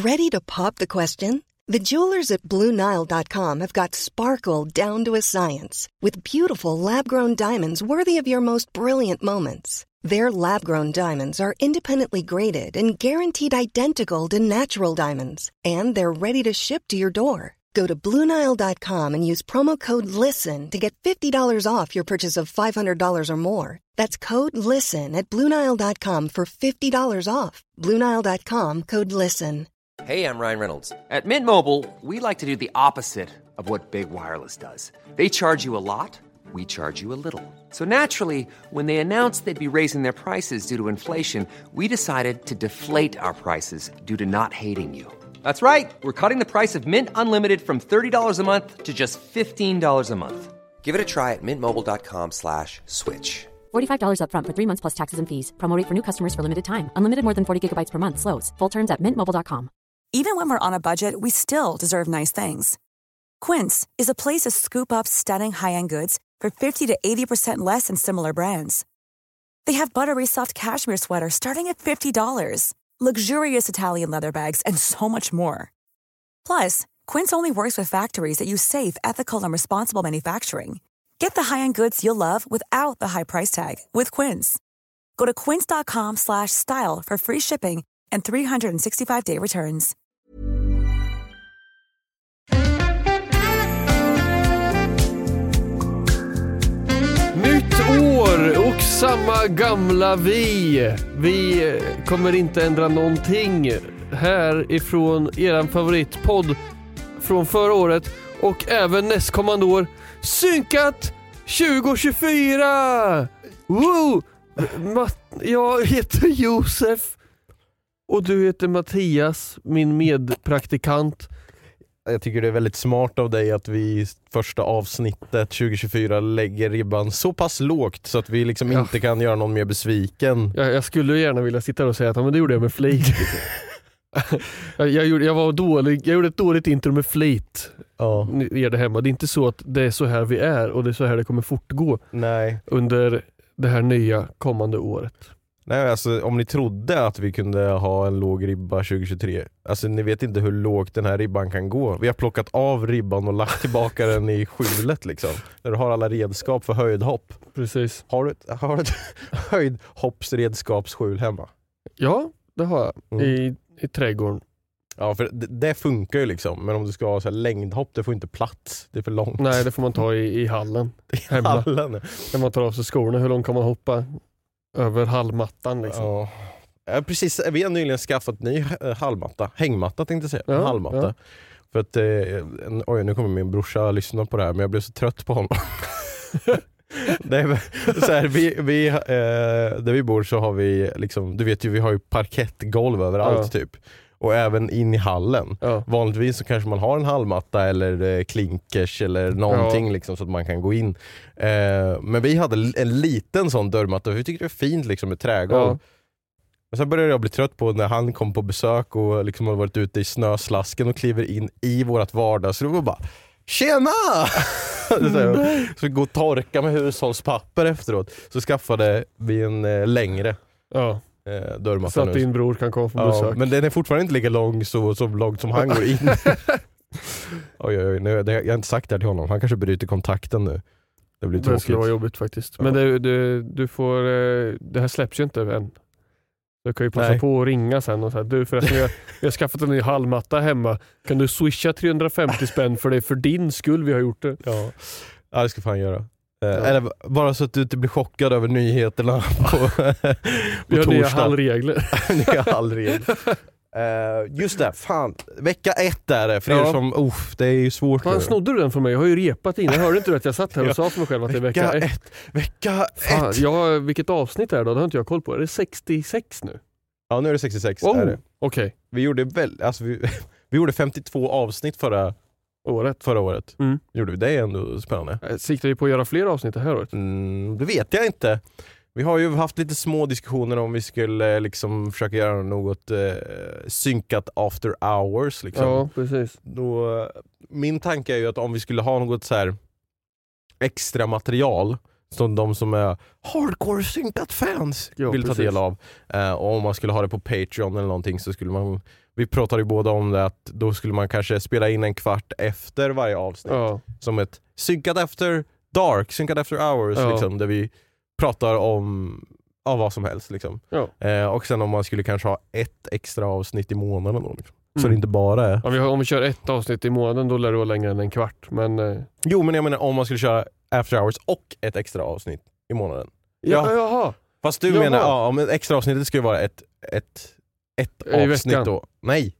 Ready to pop the question? The jewelers at BlueNile.com have got sparkle down to a science with beautiful lab-grown diamonds worthy of your most brilliant moments. Their lab-grown diamonds are independently graded and guaranteed identical to natural diamonds, and they're ready to ship to your door. Go to BlueNile.com and use promo code LISTEN to get $50 off your purchase of $500 or more. That's code LISTEN at BlueNile.com for $50 off. BlueNile.com, code LISTEN. Hey, I'm Ryan Reynolds. At Mint Mobile, we like to do the opposite of what Big Wireless does. They charge you a lot, we charge you a little. So naturally, when they announced they'd be raising their prices due to inflation, we decided to deflate our prices due to not hating you. That's right. We're cutting the price of Mint Unlimited from $30 a month to just $15 a month. Give it a try at mintmobile.com/switch. $45 up front for 3 months plus taxes and fees. Promo rate for new customers for limited time. Unlimited more than 40 gigabytes per month. Slows full terms at mintmobile.com. Even when we're on a budget, we still deserve nice things. Quince is a place to scoop up stunning high-end goods for 50 to 80% less than similar brands. They have buttery soft cashmere sweaters starting at $50, luxurious Italian leather bags, and so much more. Plus, Quince only works with factories that use safe, ethical, and responsible manufacturing. Get the high-end goods you'll love without the high price tag with Quince. Go to quince.com/style for free shipping and 365-day returns. Nytt år och samma gamla vi. Vi kommer inte ändra någonting här ifrån eran favoritpodd från förra året och även nästkommande år. Synkat 2024! Woo! Jag heter Josef och du heter Mattias, min medpraktikant. Jag tycker det är väldigt smart av dig att vi i första avsnittet 2024 lägger ribban så pass lågt så att vi liksom inte kan göra någon mer besviken. Jag skulle gärna vilja sitta och säga att men det gjorde jag med flit. jag var dålig. Jag gjorde ett dåligt intro med flit. Ja. Ni är det hemma. Det är inte så att det är så här vi är och det är så här det kommer fortgå. Nej. Under det här nya kommande året. Nej, alltså om ni trodde att vi kunde ha en låg ribba 2023, alltså ni vet inte hur lågt den här ribban kan gå. Vi har plockat av ribban och lagt tillbaka den i skjulet liksom. Där du har alla redskap för höjdhopp. Precis. Har du ett höjdhoppsredskapsskjul hemma? Ja, det har jag. I trädgården. Ja, för det funkar ju liksom. Men om du ska ha så här längdhopp, det får inte plats. Det är för långt. Nej, det får man ta i hallen. I hallen? När man tar av sig skorna, hur långt kan man hoppa? Över hallmattan liksom. Ja, precis. Vi har nyligen skaffat ny hallmatta. Hängmatta tänkte jag säga. Ja, hallmatta. ja. För att, nu kommer min brorsa lyssna på det här, men jag blev så trött på honom. Det är så här, där vi bor så har vi liksom, du vet ju, vi har ju parkettgolv överallt typ. Och även in i hallen. Vanligtvis så kanske man har en hallmatta eller klinkers eller någonting liksom, så att man kan gå in. Men vi hade en liten sån dörrmatta och vi tyckte det var fint liksom, med trägolv. Och sen började jag bli trött på när han kom på besök och liksom har varit ute i snöslasken och kliver in i vårt vardagsrum och bara tjena! Så gå och torka med hushållspapper efteråt. Så skaffade vi en längre dörrmatta. Så att din bror kan komma på besök. Men den är fortfarande inte lika lång så långt som han går in. Oj, jag har inte sagt det här till honom. Han kanske bryter kontakten nu. Det blir tråkigt. Det skulle vara jobbigt faktiskt. Men du får, det här släpps ju inte än. Du kan ju passa på att ringa sen och säga, du förresten, jag har skaffat en ny hallmatta hemma. Kan du swisha 350 spänn för det, för din skull vi har gjort det? Ja, det ska fan göra. Eller bara så att du inte blir chockad över nyheterna på vi har torsdag. nya hallregler. Nya hallregler. Just det, fan. Vecka 1 är det. För er som, det är ju svårt. Fan, snodde du den från mig? Jag har ju repat in. Jag hörde inte att jag satt här och sa för mig själv att det är vecka 1. Vecka 1. Ja, vilket avsnitt är det då? Det har inte jag koll på. Är det 66 nu? Ja, nu är det 66. Okej. Okay. Vi gjorde vi gjorde 52 avsnitt förra året. Gjorde vi det ändå spännande. Siktar vi på att göra fler avsnitt det här året? Det vet jag inte. Vi har ju haft lite små diskussioner om vi skulle liksom försöka göra något synkat after hours liksom. Ja, precis. Då, min tanke är ju att om vi skulle ha något så här extra material som de som är hardcore synkat fans vill ta del av. Och om man skulle ha det på Patreon eller någonting så skulle man, vi pratade ju båda om det, att då skulle man kanske spela in en kvart efter varje avsnitt. Som ett synkat efter dark, synkat efter hours liksom, där vi pratar om vad som helst liksom. Och sen om man skulle kanske ha ett extra avsnitt i månaden då, liksom. Så det inte bara är... Om vi kör ett avsnitt i månaden, då lär det vara längre än en kvart. Men... Jo, men jag menar om man skulle köra after hours och ett extra avsnitt i månaden. Jaha. Fast du menar, om ett extra avsnitt skulle vara ett avsnitt då. Nej.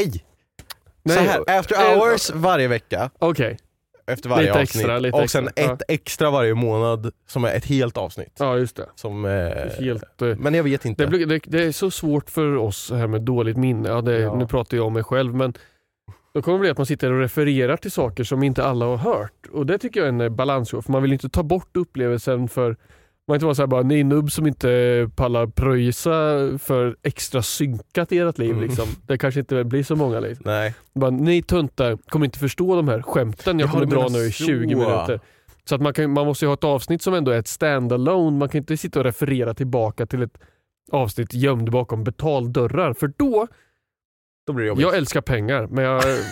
Så här, after hours varje vecka. Okej. Efter varje lite avsnitt. Extra, och sen ett extra varje månad som är ett helt avsnitt. Ja, just det. Som, helt, men jag vet inte. Det är så svårt för oss här med dåligt minne. Nu pratar jag om mig själv, men då kommer det bli att man sitter och refererar till saker som inte alla har hört. Och det tycker jag är en balans. För man vill inte ta bort upplevelsen för... Man inte vara så här bara, ni nubb som inte pallar pröjsa för extra synkat i ert liv liksom. Det kanske inte blir så många liksom. Nej. Bara, ni tuntar kommer inte förstå de här skämten jag kommer dra nu i 20 minuter. Så att man måste ju ha ett avsnitt som ändå är ett standalone. Man kan inte sitta och referera tillbaka till ett avsnitt gömd bakom betaldörrar. För då blir det jobbigt. Jag älskar pengar, men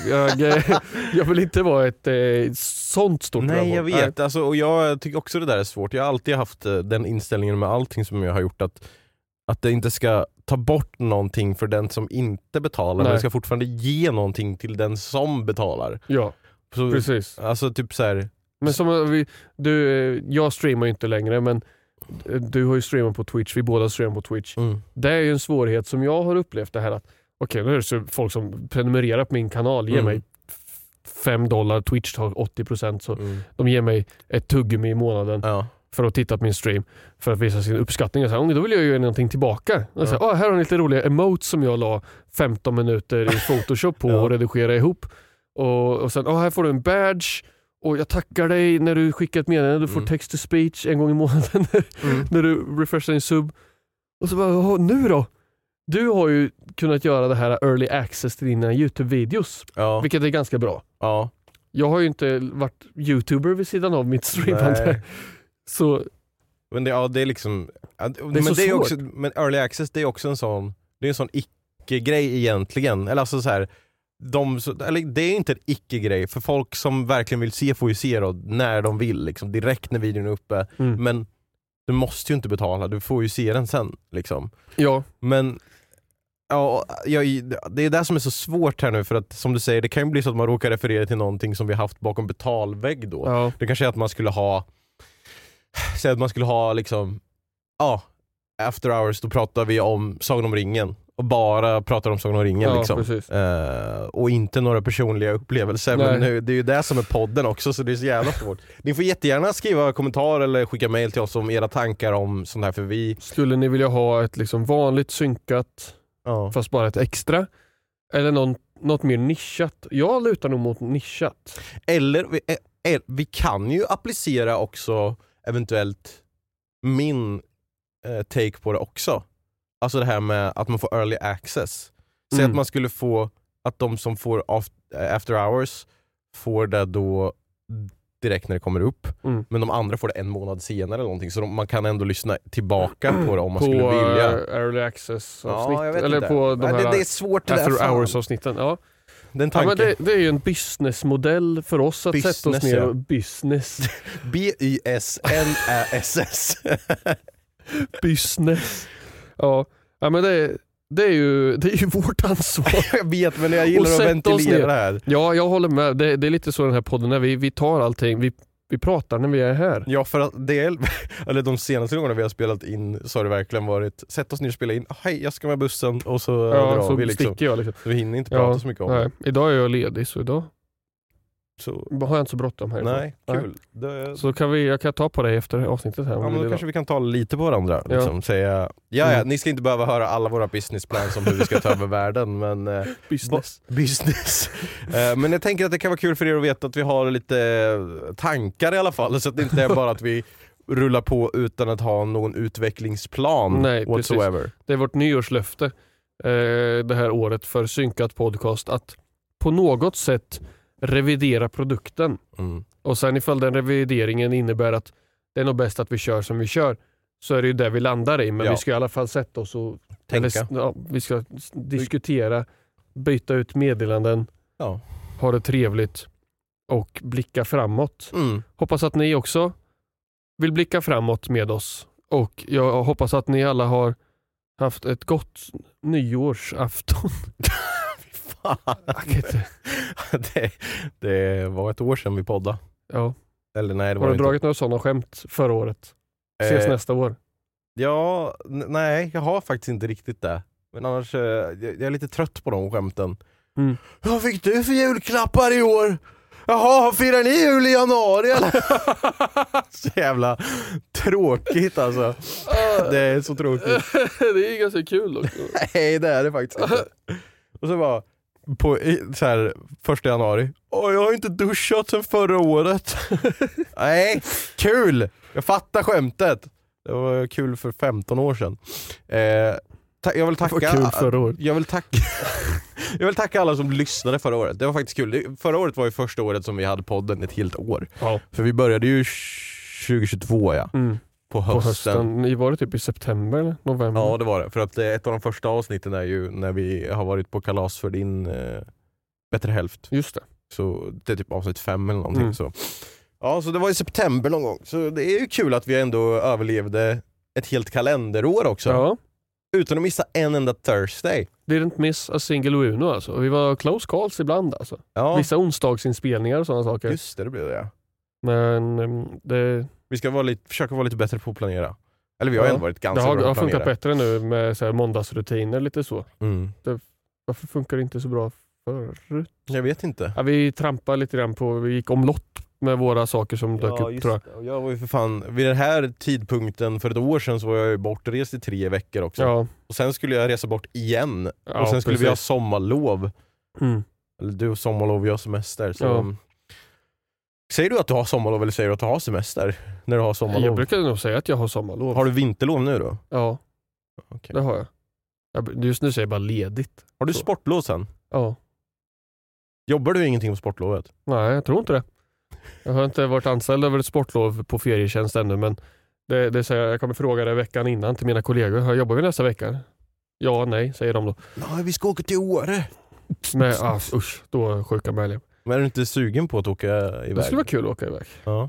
jag vill inte vara ett sånt stort rövhål. Nej, jag vet. Alltså, och jag tycker också det där är svårt. Jag har alltid haft den inställningen med allting som jag har gjort, att det inte ska ta bort någonting för den som inte betalar. Nej. Men det ska fortfarande ge någonting till den som betalar. Ja, så, precis. Alltså typ så här. Men som jag streamar ju inte längre, men du har ju streamat på Twitch. Vi båda streamar på Twitch. Det är ju en svårighet som jag har upplevt det här att okej, nu är det så folk som prenumererar på min kanal ger mig $5, Twitch tar 80%, så de ger mig ett tuggummi i månaden för att titta på min stream, för att visa sin uppskattning. Och så här, då vill jag göra någonting tillbaka. Och så här, här har ni lite roliga emotes som jag la 15 minuter i Photoshop på och redigera ihop. Och sen, här får du en badge. Och jag tackar dig när du skickar ett meddelande. Du får text to speech en gång i månaden när du refreshar din sub. Och så bara, nu då? Du har ju kunnat göra det här early access till dina YouTube-videos. Vilket är ganska bra. Jag har ju inte varit YouTuber vid sidan av mitt streamande. Så... Men det är liksom... Men early access, det är också en sån... Det är en sån icke-grej egentligen. Eller alltså så här... det är inte en icke-grej. För folk som verkligen vill se får ju se då, när de vill. Liksom, direkt när videon är uppe. Men... Du måste ju inte betala, du får ju se den sen liksom. Ja. Men det är det som är så svårt här nu, för att som du säger, det kan ju bli så att man råkar referera till någonting som vi haft bakom betalvägg då. Ja. Det kanske är att man skulle ha liksom after hours, då pratar vi om Sagan om ringen och bara pratar om Sagan om ringen liksom. Och inte några personliga upplevelser. Nej. Men nu, det är ju det som är podden också, så det är så jävla svårt. Ni får jättegärna skriva kommentarer eller skicka mejl till oss om era tankar om sånt här, för vi... Skulle ni vilja ha ett liksom vanligt synkat fast bara ett extra? Eller något mer nischat? Jag lutar nog mot nischat. Eller vi kan ju applicera också eventuellt min take på det också. Alltså det här med att man får early access. Säg att man skulle få att de som får after hours får det då direkt när det kommer upp. Men de andra får det en månad senare eller någonting. Så man kan ändå lyssna tillbaka på det om man skulle vilja. På early access avsnitt. Eller inte. På de här det är svårt after hours avsnitten. Ja. Men det är ju en businessmodell för oss att sätta oss ner och business. B-Y-S-N-Ä-S-S. Business. Ja, men det är ju vårt ansvar. Jag vet, men jag gillar att ventilera det här. Ja, jag håller med. Det är lite så den här podden är. Vi tar allting. Vi pratar när vi är här. Ja, för att eller de senaste gångerna vi har spelat in så har det verkligen varit sätt oss ner och spela in. Hej, jag ska med bussen och så drar så vi liksom. Sticker jag liksom. Så vi hinner inte prata så mycket om det. Idag är jag ledig, så idag så har jag inte så bråttom här. Nej, kul. Så jag kan ta på dig efter avsnittet här. Ja, men då kanske vi kan ta lite på varandra. Liksom. Säga, ni ska inte behöva höra alla våra businessplans om hur vi ska ta över världen. Men, business. Men jag tänker att det kan vara kul för er att veta att vi har lite tankar i alla fall. Så att det inte är bara att vi rullar på utan att ha någon utvecklingsplan. Nej, whatsoever. Precis. Det är vårt nyårslöfte det här året för Synkat Podcast att på något sätt revidera produkten. Och sen ifall den revideringen innebär att det är nog bäst att vi kör som vi kör. Så är det ju det vi landar i. Men vi ska i alla fall sätta oss och vi ska diskutera, byta ut meddelanden, ha det trevligt och blicka framåt. Hoppas att ni också vill blicka framåt med oss. Och jag hoppas att ni alla har haft ett gott nyårsafton. det var ett år sedan vi poddade. Ja. Eller nej, det var har du inte. Dragit några sådana skämt förra året? Ses nästa år. Ja, nej, jag har faktiskt inte riktigt det. Men annars, jag är lite trött på de skämten. Vad fick du för julklappar i år? Jaha, firar ni jul i januari eller? Så jävla tråkigt alltså. Det är så tråkigt. Det är ganska kul också. Nej, det är det faktiskt inte. Och så bara på så här 1 januari. Jag har inte duschat sedan förra året. Nej, kul. Jag fattar skämtet. Det var kul för 15 år sedan. Jag vill tacka. Kul förra året. Jag vill tacka alla som lyssnade förra året. Det var faktiskt kul. Förra året var ju första året som vi hade podden ett helt år. Ja. För vi började ju 2022 på hösten. Ni var det typ i september eller november? Ja, det var det. För att ett av de första avsnitten är ju när vi har varit på kalas för din bättre hälft. Just det. Så det är typ avsnitt 5 eller någonting så. Ja, så det var i september någon gång. Så det är ju kul att vi ändå överlevde ett helt kalenderår också. Ja. Utan att missa en enda Thursday. Didn't miss a single Uno alltså. Vi var close calls ibland alltså. Ja. Vissa onsdagsinspelningar och sådana saker. Just det blev det, ja. Men det... Vi ska försöka vara lite bättre på att planera. Eller vi har ändå varit ganska bra på att planera. Det har funkat bättre nu med så här måndagsrutiner lite så. Varför funkar det inte så bra förut? Jag vet inte. Ja, vi trampade lite grann på, vi gick omlott med våra saker som dök upp, tror jag. Jag var ju för fan, vid den här tidpunkten för ett år sedan så var jag ju bortrest i 3 veckor också. Ja. Och sen skulle jag resa bort igen. Och sen skulle vi ha sommarlov. Eller du har sommarlov och jag har semester. Så säger du att du har sommarlov eller säger du att du har semester när du har sommarlov? Jag brukar nog säga att jag har sommarlov. Har du vinterlov nu då? Ja, det har jag. Just nu säger jag bara ledigt. Har du sportlov sen? Ja. Jobbar du ingenting på sportlovet? Nej, jag tror inte det. Jag har inte varit anställd över ett sportlov på ferietjänst ännu, men det säger jag kommer fråga det veckan innan till mina kollegor. Jobbar vi nästa vecka? Ja, nej, säger de då. Nej, vi ska åka till Åre. Men usch, då sjuka mig. Men är du inte sugen på att åka iväg? Det skulle vara kul att åka iväg. Ja.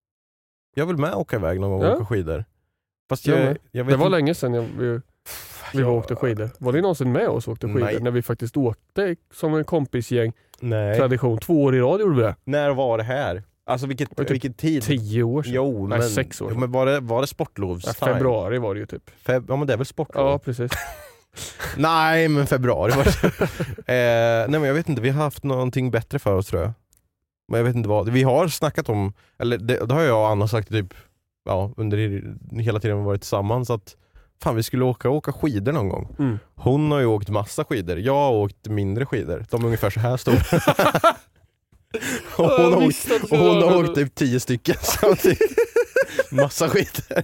Jag vill med åka iväg någon gång och åka skidor. Fast jag vet det var länge sedan vi åkte skidor. Var det någonsin med oss och åkte skidor? Nej. När vi faktiskt åkte som en kompisgäng. Nej. Tradition. 2 år i rad gjorde vi det. När var det här? Alltså vilken tid? 10 år sedan. Jo, nej, 6 år sedan. Men var det sportlovstime? Ja, februari var det ju typ. Ja, men det är väl sportlov? Ja, precis. Nej, men februari var det. Nej, men jag vet inte. Vi har haft någonting bättre för oss, tror jag. Men jag vet inte vad. Vi har snackat om, eller det har jag och Anna sagt typ under hela tiden vi varit tillsammans, att fan, vi skulle åka skidor någon gång. Hon har ju åkt massa skidor. Jag har åkt mindre skidor. De är ungefär så här stora. hon har åkt typ 10 stycken samtidigt. Massa skidor.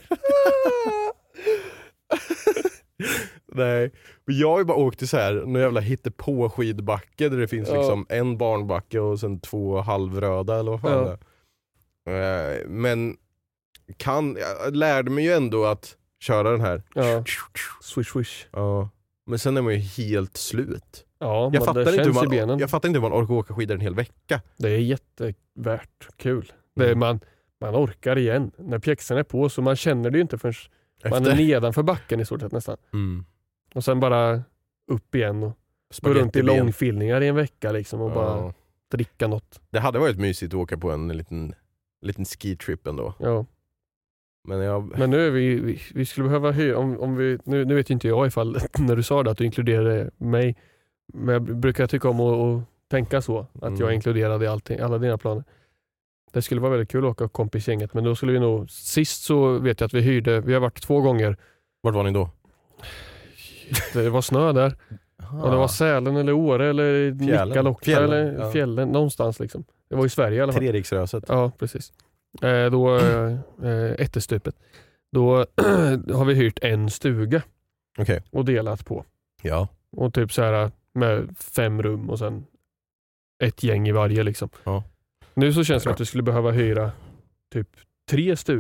Nej, jag har ju bara åkt till så här någon jävla hittepå skidbacke där det finns liksom en barnbacke och sen 2 halvröda eller vad fan det är. Men jag lärde mig ju ändå att köra den här. Ja. Swish swish. Ja. Men sen är man ju helt slut. Ja, jag fattar inte hur man orkar åka skidor en hel vecka. Det är jättevärt kul. Man orkar igen. När pjäxan är på så man känner det ju inte förrän man är nedanför backen i stort sett nästan. Och sen bara upp igen och gå runt i långfyllningar i en vecka liksom och bara dricka något. Det hade varit mysigt att åka på en liten skitrip ändå. Ja. Men nu är vi skulle behöva hyra om vi nu vet inte jag ifall när du sa det att du inkluderade mig, men jag brukar tycka om att tänka så att jag inkluderade i allting, alla dina planer. Det skulle vara väldigt kul att åka kompisgänget, men då skulle vi nog sist så vet jag att vi har varit 2 gånger. Vart var ni då? Det var snö där. Och det var Sälen eller Åre eller Nikkaluokta eller fjällen någonstans liksom. Det var i Sverige i alla fall. Treriksröset. Ja, precis. Då Ättestupet. Då har vi hyrt en stuga. Okay. Och delat på. Ja. Och typ så här med 5 rum och sen ett gäng i varje liksom. Ja. Nu så känns det att du skulle behöva hyra typ 3 stugor.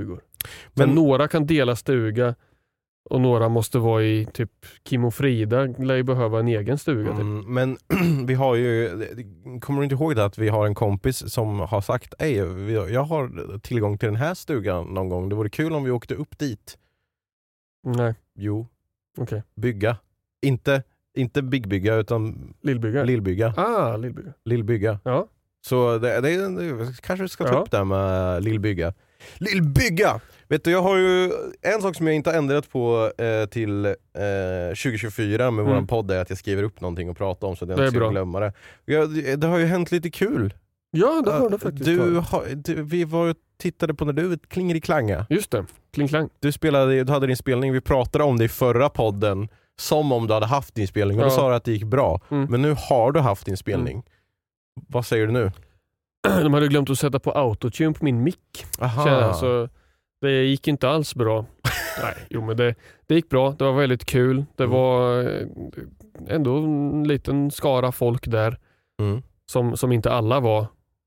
Men några kan dela stuga och några måste vara i typ Kim och Frida lär ju behöva en egen stuga. Typ. Men vi har ju, kommer du inte ihåg det att vi har en kompis som har sagt jag har tillgång till den här stugan någon gång. Det vore kul om vi åkte upp dit. Nej. Jo. Okej. Bygga. Inte byggbygga utan Lillbygga. Lillbygga. Lillbygga. Lillbygga. Ja. Så det kanske vi ska ta upp det med Lillbygga. Lillbygga! Vet du, jag har ju en sak som jag inte har ändrat på till 2024 med våran podd är att jag skriver upp någonting och pratar om så att jag inte ska glömma det. Det har ju hänt lite kul. Ja, det har det faktiskt. Vi var och tittade på när du klingeriklanga. Just det, klingklang. Du hade din spelning, vi pratade om det i förra podden som om du hade haft din spelning och då sa du att det gick bra. Men nu har du haft din spelning. Vad säger du nu? De hade glömt att sätta på autotune på min mic. Så det gick inte alls bra. Nej, men det gick bra. Det var väldigt kul. Det var ändå en liten skara folk där. Som inte alla var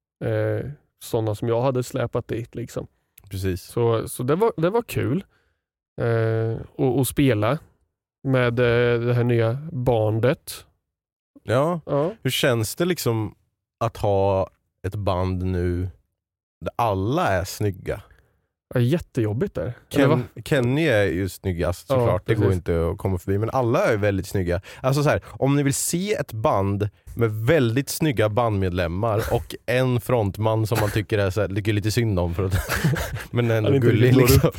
sådana som jag hade släpat dit liksom. Precis. Så det var kul att spela med det här nya bandet. Ja. Hur känns det liksom att ha ett band nu där alla är snygga? Ja, jättejobbigt där. Kenny är ju snyggast såklart, det går inte att komma förbi, men alla är väldigt snygga. Alltså så här, om ni vill se ett band med väldigt snygga bandmedlemmar och en frontman som man tycker är så här, lite synd om för att, men ändå gullig liksom.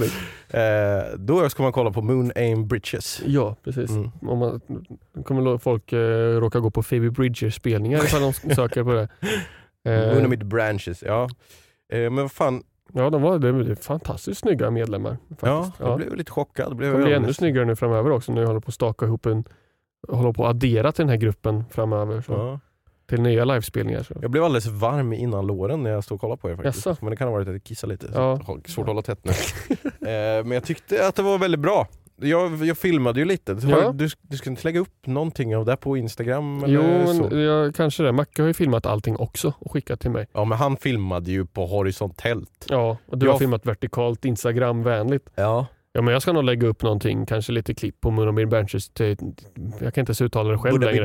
Då ska man kolla på Moon Aim Bridges. Ja, precis. Om man kommer folk råka gå på Phoebe Bridgers-spelningar ifall de söker på det. Moon Aim Branches, ja. Men vad fan. Ja, de var fantastiskt snygga medlemmar. Faktiskt. Ja, jag blev lite chockad. De blir ännu snyggare nu framöver också när jag håller på att staka ihop håller på att addera till den här gruppen framöver. Så. Till nya livespelningar. Så. Jag blev alldeles varm innan låren när jag stod och kollade på er faktiskt. Jaså. Men det kan ha varit att jag kissade lite. Så svårt att hålla tätt nu. Men jag tyckte att det var väldigt bra. Jag filmade ju lite. Du ska inte lägga upp någonting av det på Instagram? Eller kanske det. Macke har ju filmat allting också och skickat till mig. Ja, men han filmade ju på horisontellt. Ja, och du har filmat vertikalt, Instagram-vänligt. Ja. Ja, men jag ska nog lägga upp någonting, kanske lite klipp på Moon Branches. Jag kan inte ens uttala det själv längre.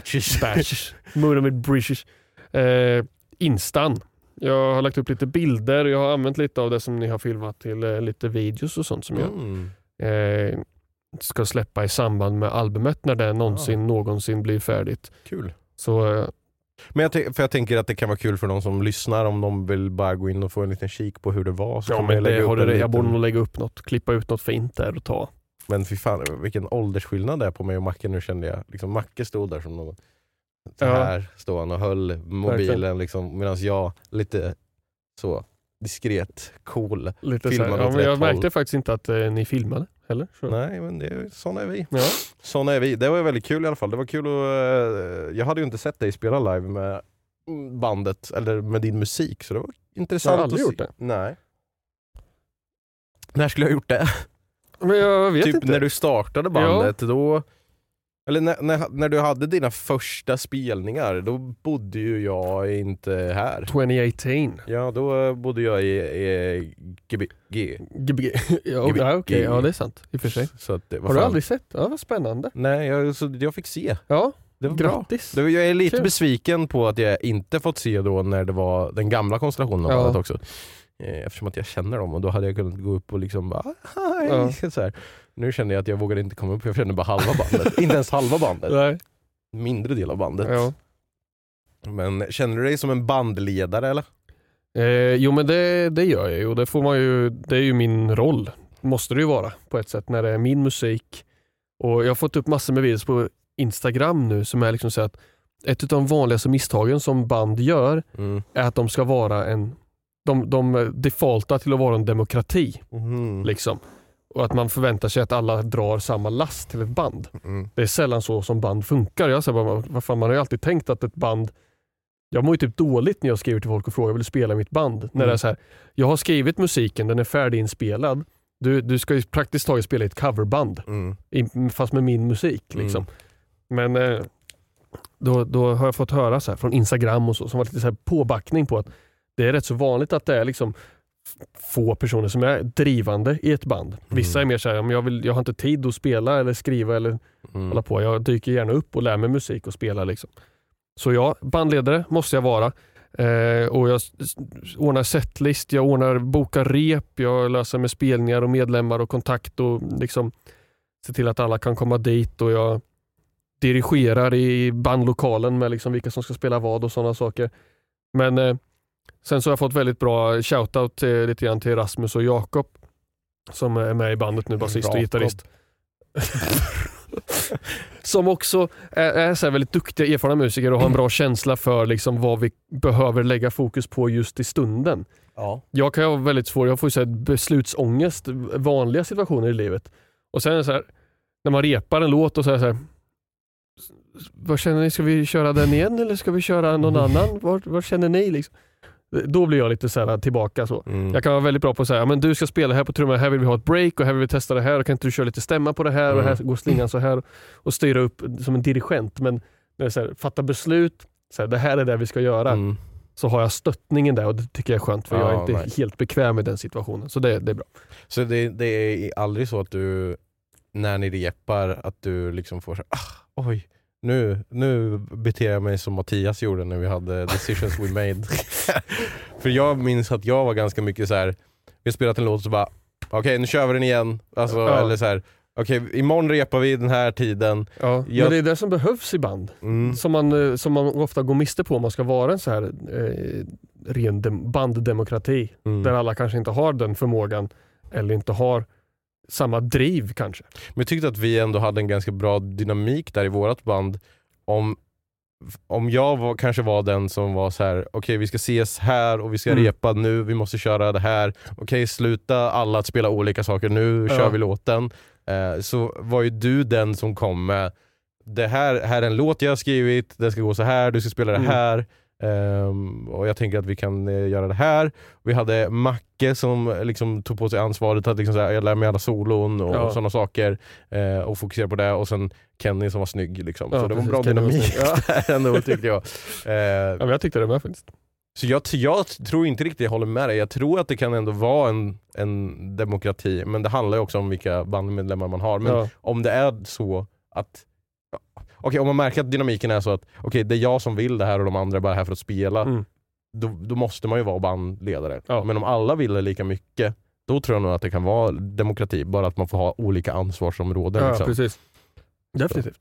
Moon Branches. Instan. Jag har lagt upp lite bilder. Jag har använt lite av det som ni har filmat till lite videos och sånt som jag ska släppa i samband med albumet när det någonsin blir färdigt. Kul. Så, men jag tänker att det kan vara kul för någon som lyssnar om de vill bara gå in och få en liten kik på hur det var. Så men jag borde nog lägga upp något, klippa ut något fint där och ta. Men fy fan, vilken åldersskillnad det är på mig och Macke nu kände jag. Liksom, Macke stod där som någon. Så här stod han och höll mobilen liksom, medan jag lite så diskret, cool. Lite filmade men jag märkte faktiskt inte att ni filmade heller. Så. Nej, men såna är vi. Ja. Såna är vi. Det var väldigt kul i alla fall. Det var kul jag hade ju inte sett dig spela live med bandet eller med din musik, så det var intressant. Jag har aldrig gjort det. Nej. När skulle jag ha gjort det? Men jag vet typ inte. När du startade bandet, då. Eller när du hade dina första spelningar, då bodde ju jag inte här. 2018. Ja, då bodde jag i Gbg. Okej, ja, det är sant. I och för sig. Så att har du aldrig sett? Ja, vad spännande. Nej, jag fick se. Ja, det var grattis. Bra. Jag är lite besviken på att jag inte fått se då när det var den gamla konstellationen av bandet också. Eftersom att jag känner dem och då hade jag kunnat gå upp och liksom bara så här. Nu känner jag att jag vågade inte komma upp för jag kände bara halva bandet. Inte ens halva bandet. Nej. Mindre del av bandet. Ja. Men känner du dig som en bandledare eller? Jo, men det gör jag ju. Det får man ju. Det är ju min roll. Måste det ju vara på ett sätt när det är min musik. Och jag har fått upp massor med videos på Instagram nu som är liksom så att ett av de vanligaste misstagen som band gör är att de ska vara de defaultar till att vara en demokrati liksom. Och att man förväntar sig att alla drar samma last till ett band. Det är sällan så som band funkar. Jag säger man har ju alltid tänkt att ett band. Jag mår ju typ dåligt när jag skriver till folk och frågar vill spela mitt band. När det är så här, jag har skrivit musiken, den är färdiginspelad. Du ska ju praktiskt taget spela i ett coverband. Fast med min musik liksom. Men då har jag fått höra så här från Instagram och så som var lite så här påbackning på att det är rätt så vanligt att det är liksom få personer som är drivande i ett band. Vissa är mer så här, om jag har inte tid att spela eller skriva eller hålla på. Jag dyker gärna upp och lär mig musik och spela liksom. Så ja, bandledare måste jag vara. Och jag ordnar setlist, jag bokar rep, jag löser med spelningar och medlemmar och kontakt och liksom ser till att alla kan komma dit, och jag dirigerar i bandlokalen med liksom vilka som ska spela vad och sådana saker. Men sen så har jag fått väldigt bra shoutout lite grann till Rasmus och Jakob som är med i bandet nu, basist och gitarrist. Som också är så här väldigt duktiga, erfarna musiker och har en bra känsla för liksom vad vi behöver lägga fokus på just i stunden. Ja. Jag kan ha väldigt svårt, jag får ju så här beslutsångest, vanliga situationer i livet. Och sen är det så här, när man repar en låt och så här, vad känner ni, ska vi köra den igen eller ska vi köra någon annan? Vad känner ni liksom? Då blir jag lite så här tillbaka så. Jag kan vara väldigt bra på att säga, men du ska spela här på trummor, här vill vi ha ett break och här vill vi testa det här, och kan inte du köra lite stämma på det här och här går slingan så här, och styra upp som en dirigent. Men när det är så här, fatta beslut, så här, det här är det vi ska göra, så har jag stöttningen där, och det tycker jag är skönt, för jag är inte helt bekväm med den situationen, så det är bra. Så det är aldrig så att du, när ni repar, att du liksom får så här, oj, nu beter jag mig som Mattias gjorde när vi hade Decisions We Made. För jag minns att jag var ganska mycket så här, vi har spelat en låt så bara, okej, nu kör vi den igen. Alltså, eller så här, okej, imorgon repar vi den här tiden. Ja, men det är det som behövs i band. Som man ofta går miste på om man ska vara en så här ren banddemokrati. Där alla kanske inte har den förmågan eller inte har samma driv kanske. Men jag tyckte att vi ändå hade en ganska bra dynamik där i vårat band. Om jag kanske var den som var så här, okej, vi ska ses här och vi ska repa nu, vi måste köra det här. Okej, sluta alla att spela olika saker, nu kör vi låten. Så var ju du den som kom med, det här är en låt jag har skrivit, den ska gå så här, du ska spela det här. Och jag tänker att vi kan göra det här. Vi hade Macke som liksom tog på sig ansvaret att liksom, jag lär mig alla solon och sådana saker, och fokusera på det. Och sen Kenny som var snygg liksom. Så det var en bra dynamik ändå, tyckte jag. Men jag tyckte det var faktiskt. Så jag tror inte riktigt jag håller med dig. Jag tror att det kan ändå vara en demokrati, men det handlar ju också om vilka bandmedlemmar man har. Men om det är så att om man märker att dynamiken är så att det är jag som vill det här och de andra är bara här för att spela, då måste man ju vara bandledare. Men om alla vill det lika mycket, då tror jag nog att det kan vara demokrati, bara att man får ha olika ansvarsområden. Ja, liksom. Precis. Definitivt.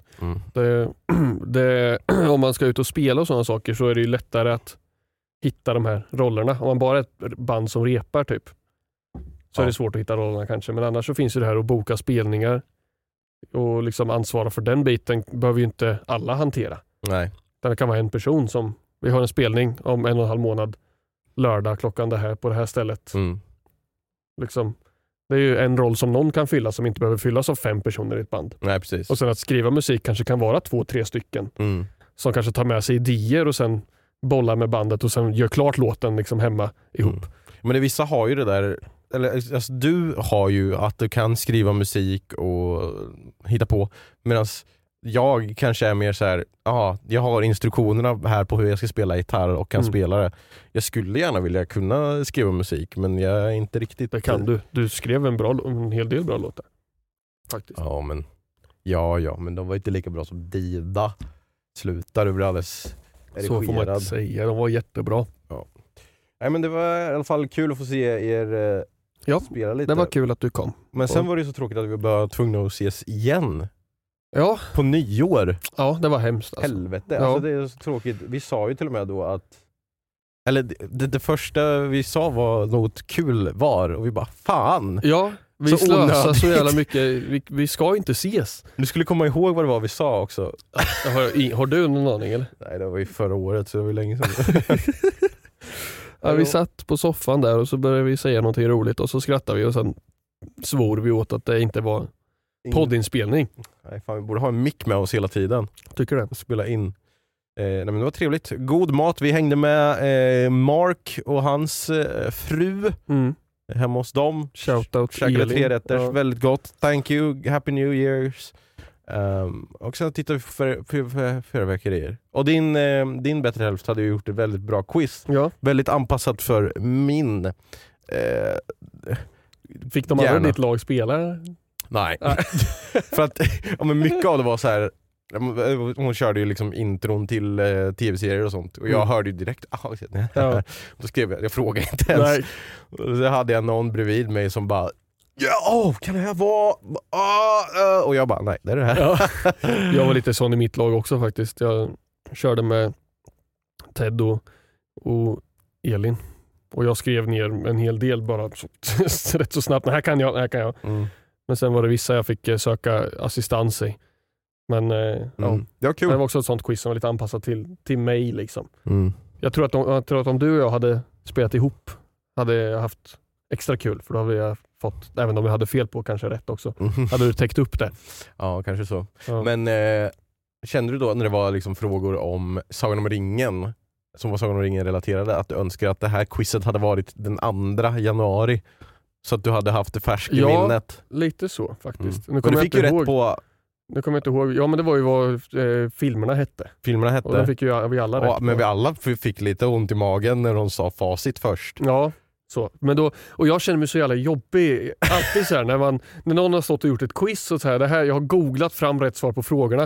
Om man ska ut och spela och sådana saker, så är det ju lättare att hitta de här rollerna. Om man bara är ett band som repar typ, så är det svårt att hitta rollerna kanske. Men annars så finns ju det här att boka spelningar och liksom ansvara för den biten behöver ju inte alla hantera. Nej. Det kan vara en person som, vi har en spelning om 1,5 månad lördag klockan det här på det här stället. Liksom, det är ju en roll som någon kan fylla som inte behöver fyllas av 5 personer i ett band. Nej, precis. Och sen att skriva musik kanske kan vara 2-3 stycken som kanske tar med sig idéer och sen bollar med bandet och sen gör klart låten liksom hemma ihop. Men vissa har ju det där, eller alltså, du har ju att du kan skriva musik och hitta på, medan jag kanske är mer så här, jag har instruktionerna här på hur jag ska spela gitarr och kan spela det. Jag skulle gärna vilja kunna skriva musik, men jag är inte riktigt... Det kan du. Du skrev en hel del bra låtar. Faktiskt. Men de var inte lika bra som Dida. Slutar, du blir alldeles erigerad. Så får man inte säga, de var jättebra. Ja. Nej, men det var i alla fall kul att få se er spela lite. Det var kul att du kom. Men sen var det så tråkigt att vi var tvungna att ses igen. Ja. På nyår. Ja, det var hemskt. Alltså. Helvete, alltså det är så tråkigt. Vi sa ju till och med då att, eller det första vi sa var något kul var, och vi bara, fan. Ja, vi slösar så jävla mycket. Vi ska inte ses. Du skulle komma ihåg vad det var vi sa också. Har du någon aning eller? Nej, det var ju förra året, så det var länge sedan. Vi satt på soffan där och så började vi säga någonting roligt och så skrattade vi och sen svor vi åt att det inte var poddinspelning. Nej, fan, vi borde ha en mick med oss hela tiden. Tycker det? Spela in. Nej, men det var trevligt. God mat. Vi hängde med Mark och hans fru hemma hos dem. Shoutout käkade 3 rätter. Väldigt gott. Thank you. Happy New Year's. Och sen tittade vi på fyrverkerier. Och din bättre hälft hade ju gjort ett väldigt bra quiz. Ja. Väldigt anpassat för min Fick de aldrig ditt lag spela? Nej. För att men mycket av det var så här. Hon körde ju liksom intron till tv-serier och sånt. Och jag hörde ju direkt. Då skrev jag frågade inte ens. Nej. Och så hade jag någon bredvid mig som bara kan det här vara? Och jag bara, nej, det är det här. Jag var lite sån i mitt lag också faktiskt. Jag körde med Ted och Elin. Och jag skrev ner en hel del bara rätt så snabbt. Men här kan jag. Men sen var det vissa jag fick söka assistans i. Men det var kul. Det var också ett sånt quiz som var lite anpassat till mig liksom. Jag tror att om du och jag hade spelat ihop hade jag haft extra kul, för då hade jag fått, även om jag hade fel på kanske rätt också, hade du täckt upp det. Ja, kanske så. Men kände du då när det var liksom frågor om Sagan om ringen, som var Sagan om ringen relaterade, att du önskar att det här quizet hade varit den 2 januari så att du hade haft det färskt i minnet? Ja, lite så faktiskt. Nu kommer jag inte ihåg. Nu kommer jag inte ihåg. Ja, men det var ju vad filmerna hette. Och den fick ju vi alla rätt. Ja, men vi alla fick lite ont i magen när de sa facit först. Ja, så. Men då, och jag känner mig så jävla jobbig. Alltid så här, när någon har stått och gjort ett quiz och så här, det här, jag har googlat fram rätt svar på frågorna.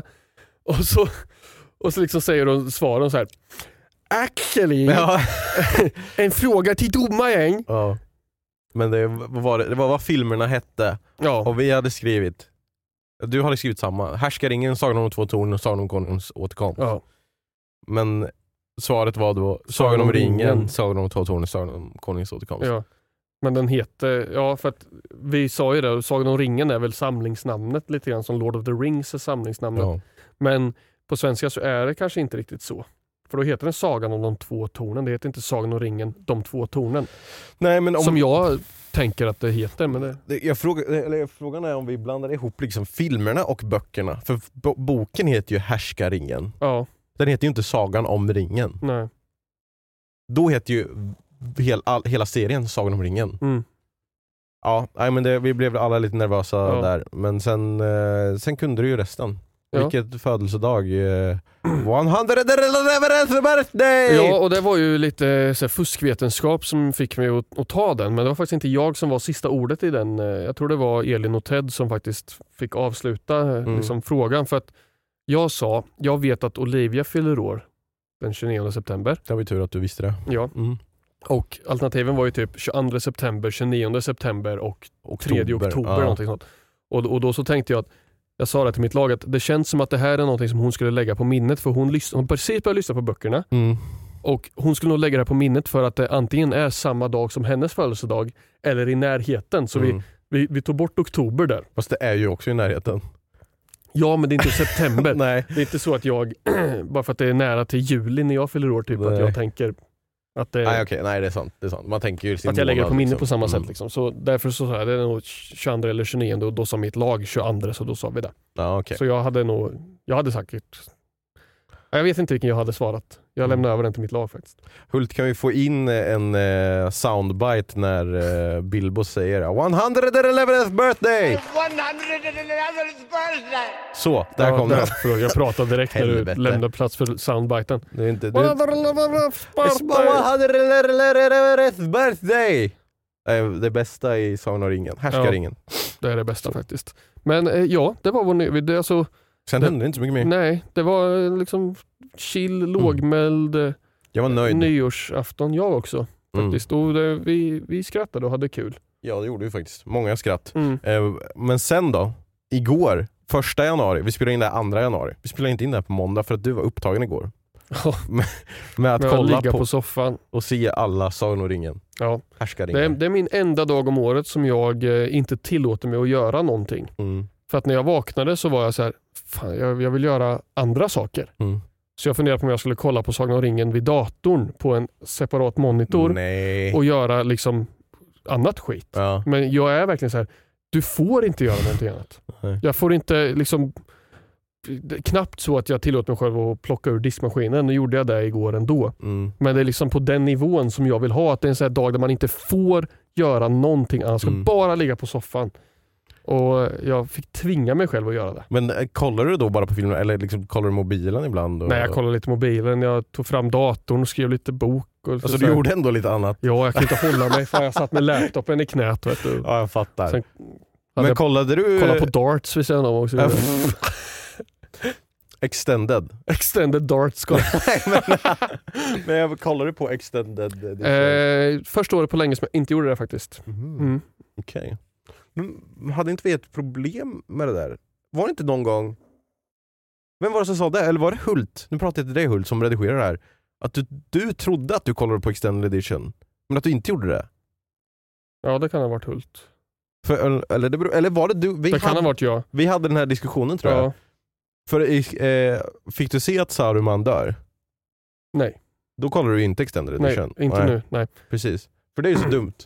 Och så liksom säger de svaren så här. Actually, en fråga till domaren. Ja. Men det var vad filmerna hette. Ja. Och vi hade skrivit. Du hade skrivit samma. Härskaringen, Sagan om de 2 tornen och Sagan om konungens återkomst. Ja. Men svaret var då Sagan om ringen, Sagan om de 2 tornen, Sagan om konungens återkomst. Ja. Men den heter, för att vi sa ju det, Sagan om ringen är väl samlingsnamnet lite grann som Lord of the Rings är samlingsnamnet. Ja. Men på svenska så är det kanske inte riktigt så. För då heter den Sagan om de 2 tornen. Det heter inte Sagan om ringen, de 2 tornen. Nej, men som jag tänker att det heter. Men frågan är om vi blandar ihop liksom filmerna och böckerna. För boken heter ju Härskaringen. Ja. Den heter ju inte Sagan om ringen. Nej. Då heter ju hela serien Sagan om ringen. Ja, men vi blev alla lite nervösa där. Men sen kunde du ju resten. Ja. Vilket födelsedag. 111th birthday! Ja, och det var ju lite så här, fuskvetenskap som fick mig att ta den. Men det var faktiskt inte jag som var sista ordet i den. Jag tror det var Elin och Ted som faktiskt fick avsluta liksom, frågan. För att jag vet att Olivia fyller år den 29 september. Det var ju tur att du visste det. Ja. Och alternativen var ju typ 22 september, 29 september och 3 oktober. Någonting sånt. Och då så tänkte jag att jag sa det till mitt lag att det känns som att det här är någonting som hon skulle lägga på minnet, för hon precis började lyssna på böckerna. Och hon skulle nog lägga det på minnet för att det antingen är samma dag som hennes födelsedag eller i närheten. Så vi tog bort oktober där. Fast det är ju också i närheten. Ja, men det är inte september. Nej. Det är inte så att jag, bara för att det är nära till juli när jag fyller år, typ att jag tänker att det... Nej, okej. Nej, det är sant. Man tänker ju sin att jag lägger det på minne liksom. På samma sätt liksom. Så därför så här, det är nog 22 eller 29 och då sa mitt lag 22, så då sa vi det. Ja, okay. Så jag hade säkert, jag vet inte vilken jag hade svarat. Jag lämnar över den till mitt lag faktiskt. Hult, kan vi få in en soundbite när Bilbo säger 111th birthday! 111th birthday! Så, där kom den. Jag pratade direkt när du lämnade plats för soundbiten. Det är inte... 111th birthday! Det bästa i Sagan om ringen. Härskaringen. Ja, det är det bästa faktiskt. Men det var vår... Alltså, sen hände det inte så mycket mer. Nej, det var liksom chill, lågmäld. Jag var nöjd. Nyårsafton, jag också faktiskt. Och vi skrattade och hade kul. Ja, det gjorde vi faktiskt. Många skratt. Men sen då, igår, 1 januari, vi spelade in det 2 januari. Vi spelade inte in det här på måndag för att du var upptagen igår. med att kolla på soffan och se alla Sagan om ringen. Ja. Det är min enda dag om året som jag inte tillåter mig att göra någonting. För att när jag vaknade så var jag så här, fan, jag vill göra andra saker. Så jag funderade på om jag skulle kolla på Sagan om ringen vid datorn på en separat monitor. Nej. Och göra liksom annat skit. Ja. Men jag är verkligen så här, du får inte göra någonting annat. Nej. Jag får inte liksom, knappt så att jag tillåter mig själv att plocka ur diskmaskinen. Nu gjorde jag det igår ändå. Men det är liksom på den nivån som jag vill ha. Att det är en sån här dag där man inte får göra någonting annat. Man ska bara ligga på soffan Och jag fick tvinga mig själv att göra det. Men kollar du då bara på filmen eller liksom kollar du mobilen ibland? Och... Nej, jag kollar lite mobilen. Jag tog fram datorn och skrev lite bok. Och alltså du gjorde ändå lite annat? Ja, jag kan inte hålla mig för jag satt med laptopen i knät. Vet du. Ja, jag fattar. Sen men kollade du... Kolla på darts vid sidan om också. Extended darts. Men jag kollade på Extended. Första året på länge som jag inte gjorde det faktiskt. Okej. Men hade inte vi ett problem med det där? Var det inte någon gång... Vem var det som sa det? Eller var det Hult? Nu pratar jag till dig Hult som redigerar det här. Att du trodde att du kollade på Extended Edition. Men att du inte gjorde det. Ja, det kan ha varit Hult. Eller var det du? Kan ha varit jag. Vi hade den här diskussionen tror jag. För fick du se att Saruman dör? Nej. Då kollar du inte Extended Edition? Nej, inte nu. Nej. Precis. För det är ju så dumt.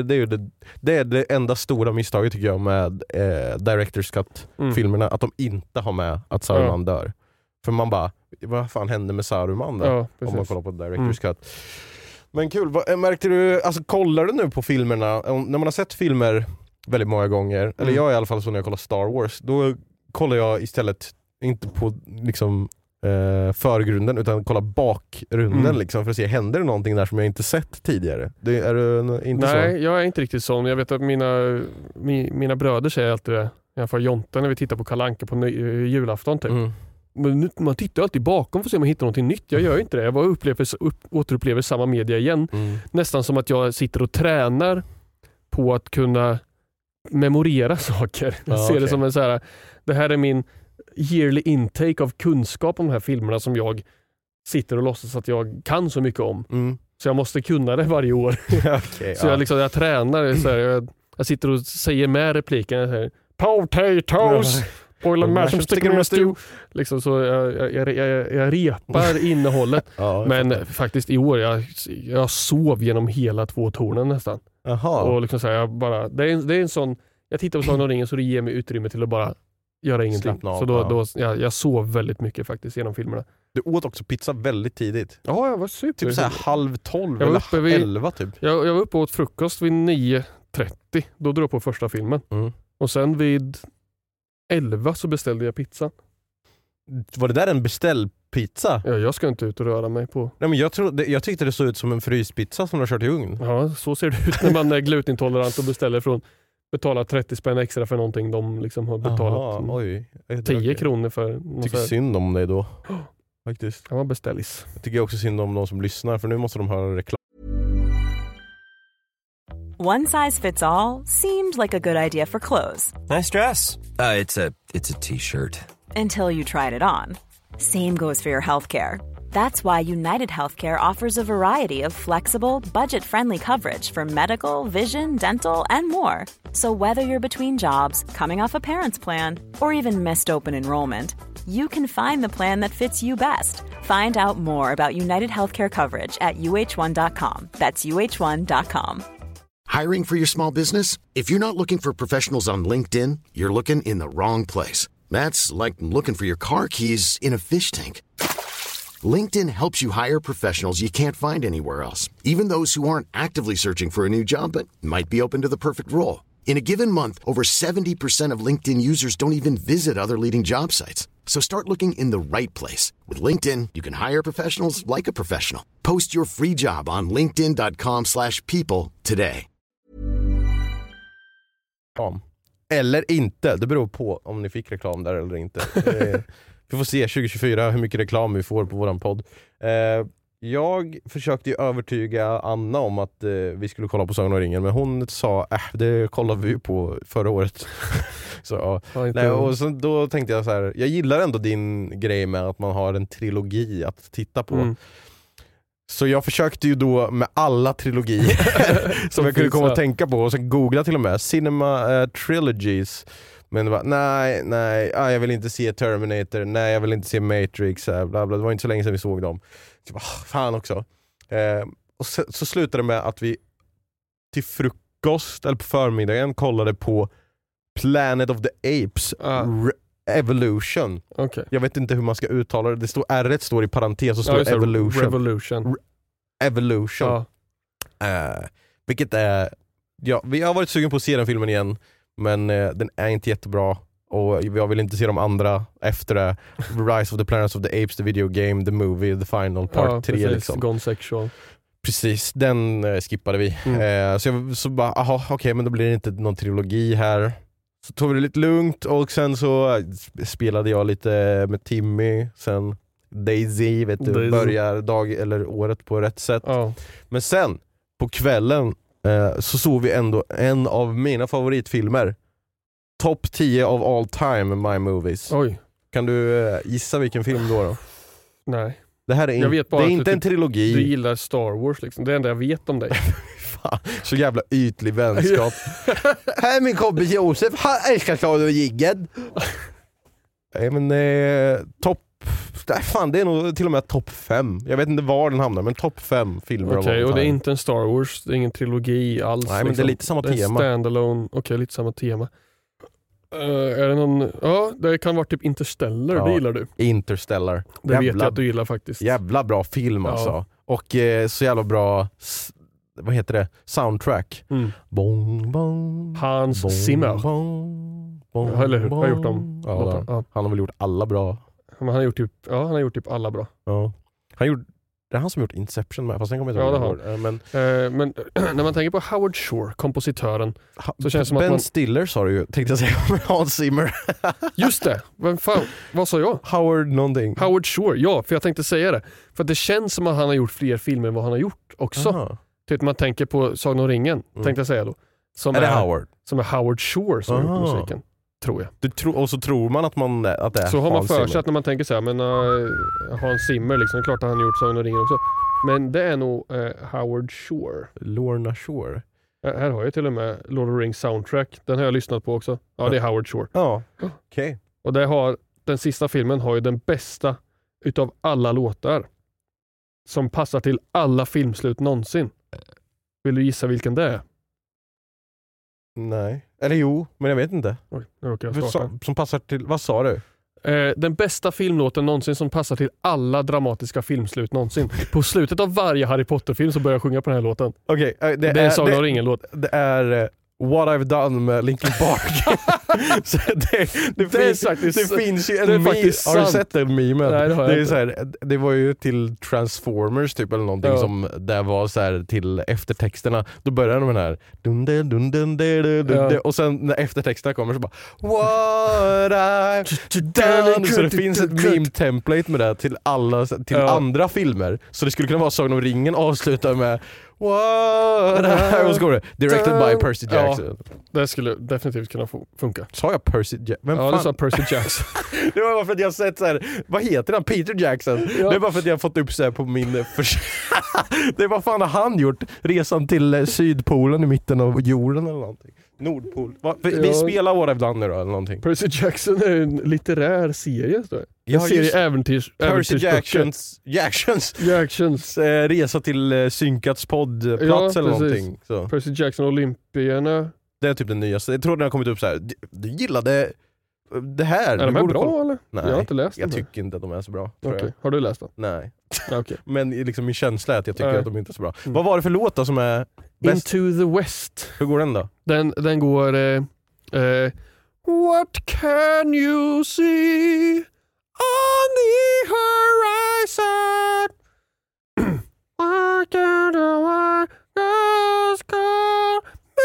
Det är det enda stora misstaget tycker jag med Director's Cut-filmerna. Att de inte har med att Saruman dör. För man bara, vad fan hände med Saruman då? Ja, om man kollar på Director's Cut. Men kul, märkte du, alltså kollar du nu på filmerna? När man har sett filmer väldigt många gånger, eller jag i alla fall så när jag kollar Star Wars, då kollar jag istället inte på liksom förgrunden utan kolla bakgrunden liksom, för att se, händer det någonting där som jag inte sett tidigare? Är du inte så? Nej, jag är inte riktigt sån. Jag vet att mina bröder säger alltid det. I alla fall Jonte när vi tittar på Kalle Anka på julafton typ. Men man tittar alltid bakom för att se om man hittar någonting nytt. Jag gör inte det. Jag bara återupplever samma media igen. Nästan som att jag sitter och tränar på att kunna memorera saker. Jag ser det som en så här, det här är min yearly intake av kunskap om de här filmerna som jag sitter och låtsas att jag kan så mycket om. Så jag måste kunna det varje år. Så jag tränar så här, jag sitter och säger med repliken så här, potatoes, boil and mash and stick in a stew. Liksom så jag repar innehållet. Men faktiskt i år jag sov genom hela 2 tornen nästan. Och liksom så här, jag bara det är en sån, jag tittar på Sagan om ringen så det ger mig utrymme till att bara göra ingenting. Så då jag sov väldigt mycket faktiskt genom filmerna. Du åt också pizza väldigt tidigt. Ja, jag var super. Typ så här 11:30 eller 11 typ. Jag var uppe och åt frukost vid 9:30. Då drog jag på första filmen. Och sen vid 11 så beställde jag pizza. Var det där en beställpizza? Ja, jag ska inte ut och röra mig på. Nej, men jag tyckte det såg ut som en fryspizza som du har kört i ugn. Ja, så ser det ut när man är glutintolerant och beställer från betalar 30 spänn extra för någonting de liksom har betalat 10 kronor för. Jag tycker synd om dig då. Faktiskt. Ja, beställis. Jag tycker också synd om de som lyssnar för nu måste de höra reklam. One size fits all seemed like a good idea for clothes. Nice dress. It's a t-shirt. Until you tried it on. Same goes for your healthcare. That's why United Healthcare offers a variety of flexible, budget-friendly coverage for medical, vision, dental, and more. So whether you're between jobs, coming off a parent's plan, or even missed open enrollment, you can find the plan that fits you best. Find out more about United Healthcare coverage at uh1.com. That's uh1.com. Hiring for your small business? If you're not looking for professionals on LinkedIn, you're looking in the wrong place. That's like looking for your car keys in a fish tank. LinkedIn helps you hire professionals you can't find anywhere else, even those who aren't actively searching for a new job but might be open to the perfect role. In a given month, over 70% of LinkedIn users don't even visit other leading job sites. So start looking in the right place. With LinkedIn, you can hire professionals like a professional. Post your free job on linkedin.com/people today. Eller inte, det beror på om ni fick reklam där eller inte. Vi får se 2024 hur mycket reklam vi får på våran podd. Jag försökte ju övertyga Anna om att vi skulle kolla på Sagan om ringen, men hon sa det kollade vi ju på förra året. Så, nej, och så, då tänkte jag så här, jag gillar ändå din grej med att man har en trilogi att titta på. Så jag försökte ju då med alla trilogier som jag kunde komma att tänka på och sen googla till och med Cinema Trilogies. Men det var, nej, jag vill inte se Terminator, nej jag vill inte se Matrix, bla bla. Det var inte så länge sedan vi såg dem. Så bara, fan också. Och så slutade det med att vi till frukost eller på förmiddagen kollade på Planet of the Apes Evolution. Okay. Jag vet inte hur man ska uttala det. Det står R står i parentes och står Evolution. Evolution. Vilket är vi har varit sugen på att se den filmen igen. Men den är inte jättebra. Och jag vill inte se de andra efter det. Rise of the Planets of the Apes, the video game, the movie, the final part 3 liksom. Gone sexual. Precis, den skippade vi. Så bara, okej, men då blir det inte någon trilogi här. Så tog vi det lite lugnt och sen så spelade jag lite med Timmy. Sen Daisy, vet du, börjar eller året på rätt sätt. Men sen, på kvällen så såg vi ändå en av mina favoritfilmer. Top 10 of all time My Movies. Oj. Kan du gissa vilken film då? Nej. Det här är, det är inte en trilogi. Du gillar Star Wars liksom. Det är enda jag vet om dig. Fan, så jävla ytlig vänskap. Här är min kompis Josef. Han älskar Slagen och Jiggen. Nej men topp. Fan, det är nog till och med topp 5. Jag vet inte var den hamnar, men topp 5 filmer. Okej, och det är inte en Star Wars. Det är ingen trilogi alls. Nej, men liksom. Det är lite samma tema. Standalone. Okej, lite samma tema. Är det någon... Ja, det kan vara typ Interstellar, det gillar du. Interstellar. Det vet jag att du gillar faktiskt. Jävla bra film alltså. Och så jävla bra, vad heter det? Soundtrack. Bong, bong, Hans bong, Zimmer. Bong, bong, eller hur? bong. Har gjort dem. Han har väl gjort alla bra. Men han har gjort typ alla bra. Ja. Det är han som gjort Inception med, fast sen kommer jag inte ihåg. Men när man tänker på Howard Shore, kompositören, så känns det som Ben att man... Stiller sa du ju, tänkte jag säga, Hans Zimmer. Just det, vad sa jag? Howard Shore, ja, för jag tänkte säga det. För det känns som att han har gjort fler filmer än vad han har gjort också. Typ man tänker på Sagan om ringen, tänkte jag säga då. Som är Howard? Som är Howard Shore som har gjort musiken. Tror jag. Och så tror man att det är så har man Hans för sig att när man tänker så här, men Hans Zimmer liksom, det är klart att han har gjort Sagan om ringen också. Men det är nog Howard Shore. Lorna Shore. Här har jag till och med Lord of the Rings soundtrack. Den har jag lyssnat på också. Ja, det är Howard Shore. Ja, okej. Och den sista filmen har ju den bästa utav alla låtar. Som passar till alla filmslut någonsin. Vill du gissa vilken det är? Nej. Eller jo, men jag vet inte. Oj, nu råkar jag starta. Som passar till, vad sa du? Den bästa filmlåten någonsin som passar till alla dramatiska filmslut någonsin. På slutet av varje Harry Potter-film så börjar jag sjunga på den här låten. Okej, det är Sagan om ringen-låt. Det är What I've Done med Linkin Park. Så det finns ju en meme. Har du sett den memen? Nej, det har jag inte. Så här, det var ju till Transformers typ eller någonting som det var så här till eftertexterna. Då börjar de med den här och sen när eftertexterna kommer så bara What I've done. Så det finns ett meme-template med det till alla andra filmer. Så det skulle kunna vara Sagan om ringen avslutar med What I was going directed by Percy Jackson. Ja, det skulle definitivt kunna funka. Sa jag Percy Jackson? Ja, du sa Percy Jackson. Det var bara för att jag har sett så här, vad heter han? Peter Jackson. Ja. Det är bara för att jag har fått upp så här på min det är vad fan har han gjort? Resan till Sydpolen i mitten av jorden eller någonting. Nordpol. Vi spelar What I've Done nu då eller någonting. Percy Jackson är en litterär serie så. En serie Percy Jacksons resa till Synkats poddplats eller någonting. Så. Percy Jackson Olympierna. Det är typ den nyaste. Jag tror den har kommit upp så här. Du gillade det här. Är de här bra eller? Nej, jag har inte läst jag tycker inte att de är så bra. Okay. Har du läst dem? Nej. Okay. Men liksom min känsla är att jag tycker att de inte är så bra. Vad var det för låt då som är bäst? Into the West. Hur går den då? Den går What can you see on the horizon? What can the white girls call?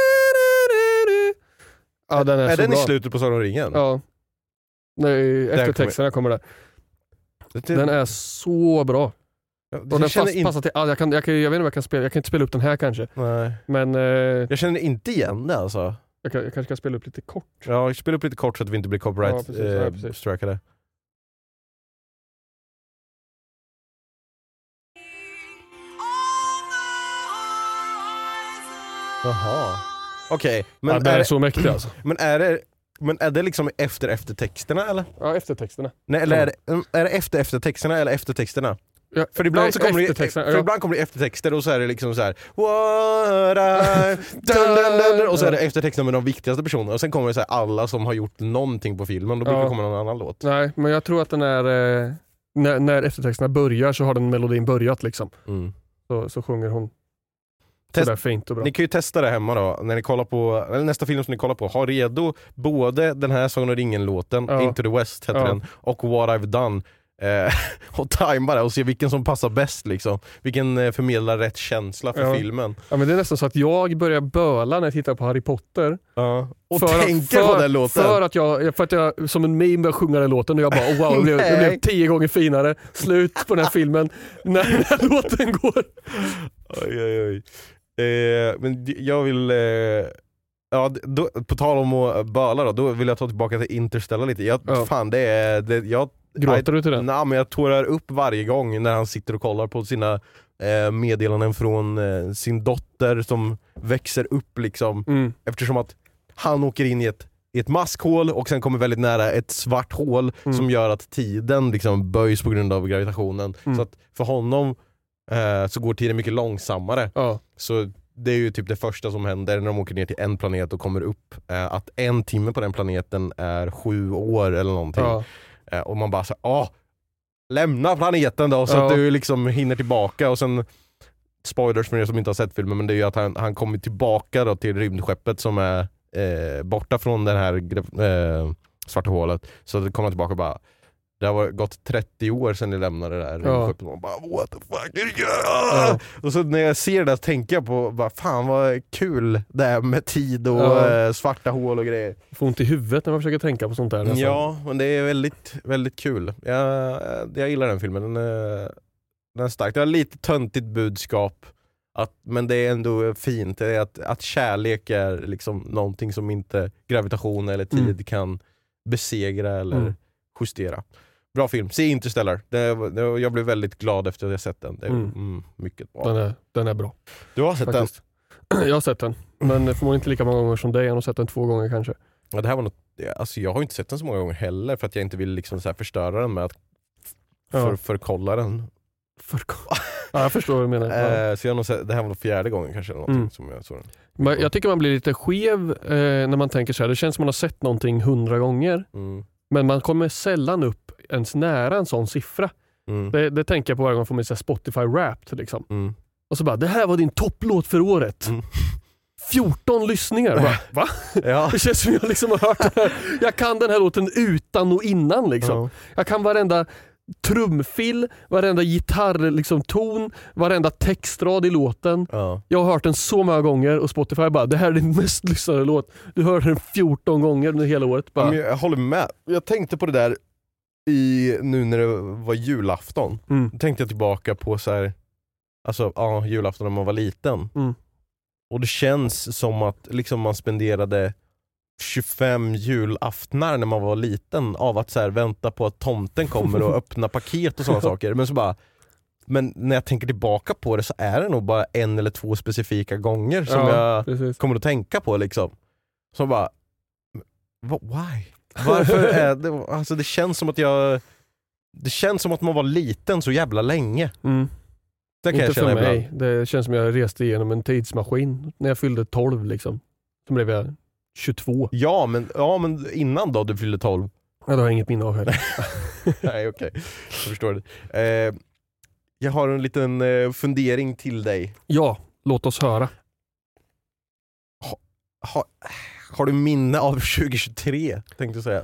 Ja, den är så den bra. I slutet på Sagan om ringen? Ja. Nej, efter texterna kommer det. Den är så bra. Och den passar till jag vet inte om jag kan spela. Jag kan inte spela upp den här kanske. Nej. Men jag känner inte igen det alltså. Jag kanske kan spela upp lite kort. Ja, spela upp lite kort så att vi inte blir copyright strikade. Jaha. Okej, men det är så mäktigt alltså. Men är det liksom efter texterna eller? Ja, efter texterna. Nej, eller är det efter texterna eller efter texterna? Ja, för ibland så kommer ibland kommer det eftertexter och så är det liksom så här what I och så är det eftertexterna med de viktigaste personerna och sen kommer det så här alla som har gjort någonting på filmen, då brukar det komma någon annan låt. Nej, men jag tror att den är när eftertexterna börjar så har den melodin börjat liksom. Så sjunger hon. sådär fint och bra. Ni kan ju testa det hemma då, när ni kollar på, eller nästa film som ni kollar på, ha redo både den här Sagan om ringen-låten, Into the West heter den, och What I've Done, och tajma det och se vilken som passar bäst liksom. Vilken förmedlar rätt känsla för filmen. Ja, men det är nästan så att jag börjar böla när jag tittar på Harry Potter. Och tänker på den låten. För att jag som en meme börjar sjunga den låten och jag bara wow, det blev 10 gånger finare. Slut på den här filmen när den här låten går. Oj. Men jag vill på tal om att böla då vill jag ta tillbaka till Interstellar lite. Fan jag gråter du till den? Nej, men jag tårar upp varje gång när han sitter och kollar på sina meddelanden från sin dotter som växer upp liksom. Eftersom att han åker in i ett maskhål och sen kommer väldigt nära ett svart hål som gör att tiden liksom böjs på grund av gravitationen. Så att för honom så går tiden mycket långsammare. Så det är ju typ det första som händer när de åker ner till en planet och kommer upp. Att 1 timme på den planeten är 7 år eller någonting. Och man bara så lämna planeten då så att du liksom hinner tillbaka. Och sen, spoilers för er som inte har sett filmen, men det är ju att han kommer tillbaka då till rymdskeppet som är borta från den här svarta hålet. Så det kommer tillbaka och bara, det har gått 30 år sedan ni lämnade det där rymdskeppet. Och bara, what the fuck? Och så när jag ser det tänker jag på, bara, fan vad kul det är med tid och svarta hål och grejer. Får ont i huvudet när man försöker tänka på sånt där. Nästan. Ja, men det är väldigt, väldigt kul. Jag gillar den filmen. Den är stark. Det har lite töntigt budskap. Men det är ändå fint. Det är att kärlek är liksom någonting som inte gravitation eller tid kan besegra eller justera. Bra film. Se Interstellar. Jag blev väldigt glad efter att jag sett den. Det är mycket bra. Den är bra. Du har sett faktiskt. Den? Jag har sett den. Men förmodligen inte lika många gånger som dig. Jag har sett den 2 gånger kanske. Ja, det här var något, alltså jag har inte sett den så många gånger heller för att jag inte vill liksom så här förstöra den med att förkolla den. Ja, jag förstår vad du menar. Så jag har nog sett, det här var nog 4:e gången kanske eller någonting som jag såg den. Men jag tycker man blir lite skev när man tänker så här. Det känns som man har sett någonting 100 gånger. Men man kommer sällan upp ens nära en sån siffra. Det tänker jag på varje gång man får med sig Spotify Wrapped liksom. Och så bara, det här var din topplåt för året. 14 lyssningar. Bara, va? Ja. Det känns som jag liksom har hört det här. Jag kan den här låten utan och innan liksom. Jag kan varenda trumfill, varenda gitarr liksom, ton, varenda textrad i låten. Jag har hört den så många gånger och Spotify bara, det här är din mest lyssnade låt. Du hörde den 14 gånger under hela året. Bara. Jag håller med. Jag tänkte på det där nu när det var julafton. Tänkte jag tillbaka på så här, alltså julafton när man var liten. Och det känns som att liksom man spenderade 25 julaftnar när man var liten av att så här, vänta på att tomten kommer och öppna paket och sådana saker. Men när jag tänker tillbaka på det så är det nog bara 1 eller 2 specifika gånger som jag kommer att tänka på liksom. Så bara, why? Varför är det? Alltså det känns som att det känns som att man var liten så jävla länge. Det kan inte jag känna för mig. Ibland. Det känns som jag reste igenom en tidsmaskin när jag fyllde 12 liksom. Så blev jag 22. Ja, men innan då du fyllde 12. Ja, det har jag inget minne av heller. Nej, okej. Jag förstår det. Jag har en liten fundering till dig. Ja, låt oss höra. Har du minne av 2023, tänkte jag säga?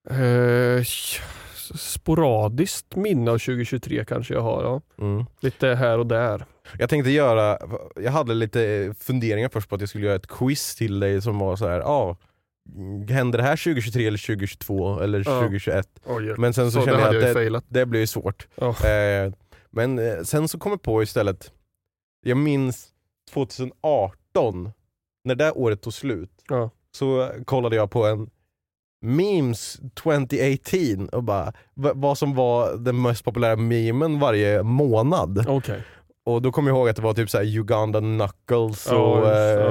Sporadiskt minne av 2023 kanske jag har. Ja. Lite här och där. Jag hade lite funderingar först på att jag skulle göra ett quiz till dig som var så här, händer det här 2023 eller 2022 eller 2021? Men sen så kände jag att det blir svårt. Men sen så kom jag på istället, jag minns 2018 när det året tog slut, så kollade jag på en Memes 2018 och bara vad som var den mest populära memen varje månad. Och då kom jag ihåg att det var typ så här Uganda Knuckles och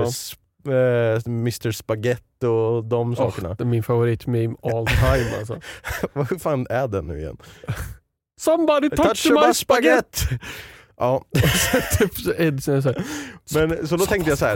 Mr. Spaghetti och de sakerna. Det är min favorit meme all time alltså. Vad fan är den nu igen? Somebody touch my spaghetti. Ja. Men så då tänkte jag så här.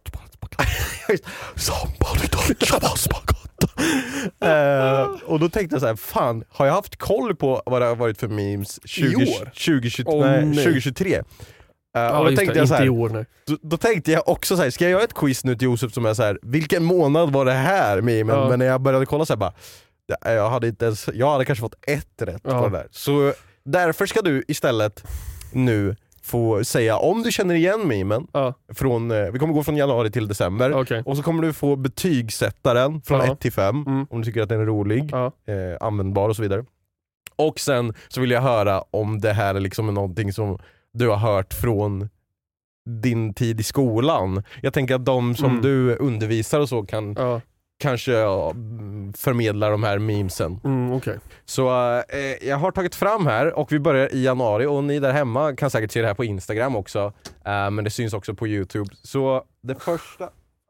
Somebody touch my spaghetti. Och då tänkte jag så här, fan, har jag haft koll på vad det har varit för memes 2023? Och då tänkte jag så här, inte i år, nej. Då tänkte jag också så här, ska jag göra ett quiz nu till Josef som är så här, vilken månad var det här med? Men när jag började kolla så här bara, jag hade kanske fått ett rätt på det där. Så därför ska du istället nu få säga om du känner igen memen från, vi kommer gå från januari till december, och så kommer du få betygsätta den från 1 till 5 om du tycker att den är rolig, användbar och så vidare. Och sen så vill jag höra om det här är liksom någonting som du har hört från din tid i skolan. Jag tänker att de som du undervisar och så kan kanske förmedla de här memesen. Så jag har tagit fram här och vi börjar i januari, och ni där hemma kan säkert se det här på Instagram också, men det syns också på YouTube. Så det första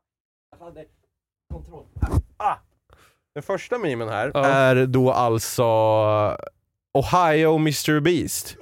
den första memen här är då alltså Ohio Mr. Beast.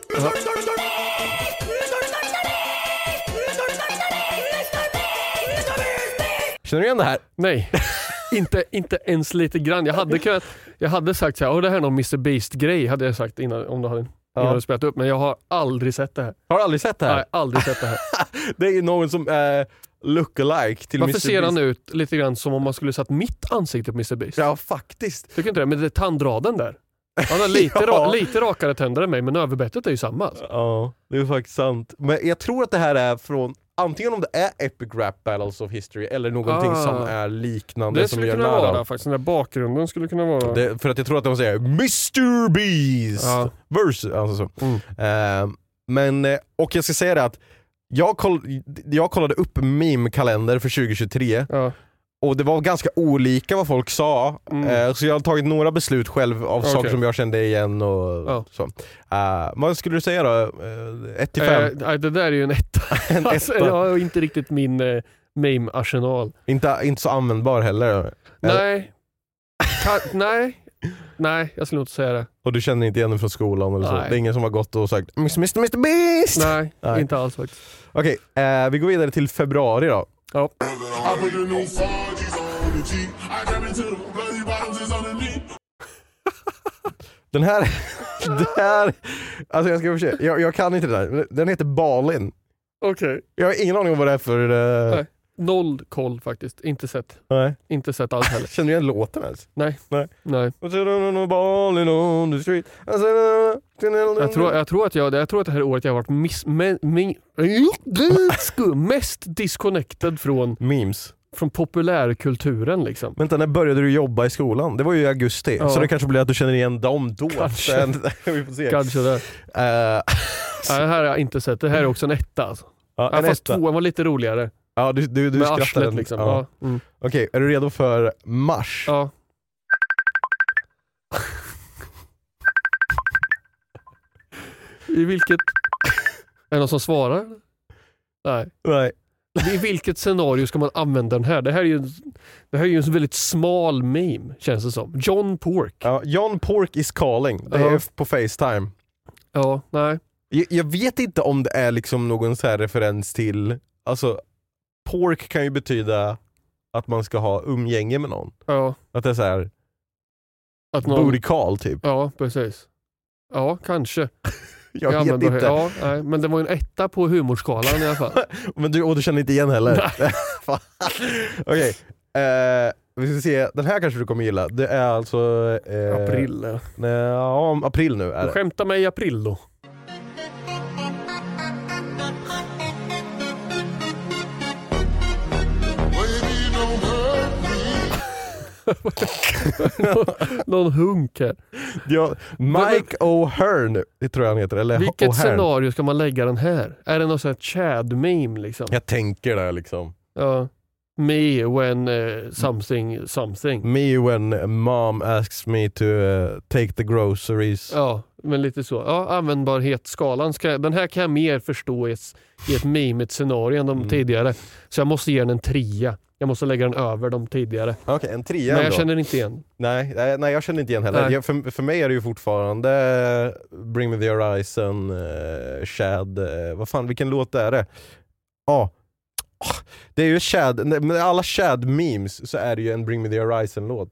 Känner du igen det här? Nej. inte ens lite grann. Jag hade sagt så här, det här är någon Mr. Beast-grej hade jag sagt innan, om du hade spelat upp, men jag har aldrig sett det här. Har du aldrig sett det här? Nej, aldrig sett det här. Det är någon som är look-alike till Varför Mr. ser han ut lite grann som om man skulle satt mitt ansikte på Mr. Beast? Ja, faktiskt. Tycker inte det, men det är tandraden där. Han har lite rakare tänder än mig, men överbettet är ju samma. Alltså. Ja, det är faktiskt sant. Men jag tror att det här är från, antingen om det är Epic Rap Battles of History eller någonting som är liknande. Det som skulle kunna vara faktiskt, den där bakgrunden skulle kunna vara. För att jag tror att de säger Mr. Beast versus, alltså så. Men, och jag ska säga det att jag kollade upp meme-kalender för 2023 och det var ganska olika vad folk sa, så jag har tagit några beslut själv av saker som jag kände igen och så. Vad skulle du säga då? 1 till 5? Det där är ju en etta. Alltså, jag har inte riktigt min meme-arsenal. Inte så användbar heller? Nej, jag skulle inte säga det. Och du känner inte igen den från skolan eller så? Det är ingen som har gått och sagt Mr. Beast? Nej, inte alls faktiskt. Okej, vi går vidare till februari då. Ja. Den här alltså jag ska försöka, jag kan inte det där. Den heter Balin. Okej. Jag har ingen aning om vad det är för... Nej. Noll koll faktiskt. Inte sett. Nej. Inte sett alls heller. Känner du igen låten ens? Nej. Jag tror att det här året jag har varit mest disconnected från memes. Från populärkulturen liksom. Vänta, när började du jobba i skolan? Det var ju i augusti. Så det kanske blir att du känner igen dem då. Kanske. Vi får se. Kanske det. Det här har jag inte sett. Det här är också en etta alltså. Fast 2 var lite roligare. Ja, du med skrattar liksom. Ja. Okej, är du redo för mars? Ja. I vilket... Är det någon som svarar? Nej. I vilket scenario ska man använda den här? Det här är ju en väldigt smal meme, känns det som. John Pork. Ja, John Pork is calling. Det är på FaceTime. Ja, nej. Jag vet inte om det är liksom någon så här referens till... Alltså, pork kan ju betyda att man ska ha umgänge med någon. Ja. Att det är så här... Att någon... booty call typ. Ja, precis. Ja, kanske. Jag vet inte. Ja, nej, men det var ju en etta på humorskalan i alla fall. Men du känner inte igen heller? Okej. Vi ska se, den här kanske du kommer gilla. Det är alltså... april. Ja, april nu är det. Skämta mig i april då. någon hunk här. Ja, Mike O'Hearn, det tror jag han heter. Eller vilket O'Hearn. Scenario ska man lägga den här? Är det något sånt här Chad-meme liksom? Jag tänker det liksom. Ja. Me when something. Me when mom asks me to take the groceries. Ja, men lite så. Ja, användbarhetsskalan. Den här kan jag mer förstå i ett meme-igt scenario än de tidigare. Så jag måste ge den en 3. Jag måste lägga den över de tidigare. Okej, en 3. Men jag känner inte igen. Nej, jag känner inte igen heller. För mig är det ju fortfarande Bring Me The Horizon, Chad. Vad fan, vilken låt är det? Det är ju Chad. Med alla Chad-memes så är det ju en Bring Me The Horizon-låt.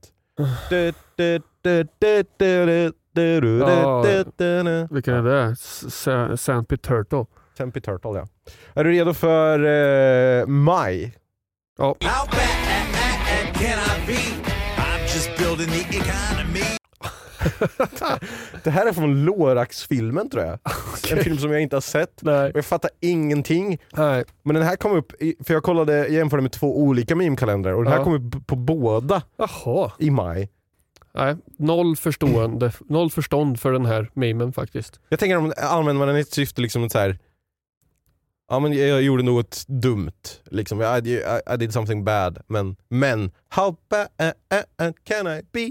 Vilken är det? St. Peter Turtle. Tempe Turtle, ja. Är du redo för maj? Ja. How bad can I be? I'm just building the economy. Det här är från Lorax-filmen, tror jag. En film som jag inte har sett. Nej. Och jag fattar ingenting. Nej. Men den här kom upp, för jag jämförde med 2 olika meme-kalendrar. Och den här kom upp på båda. Jaha. I maj. Nej, noll förstånd för den här memen faktiskt. Jag tänker om använder man den i ett syfte liksom så här. Ja, men jag gjorde något dumt liksom. I did something bad. Men how bad can I be?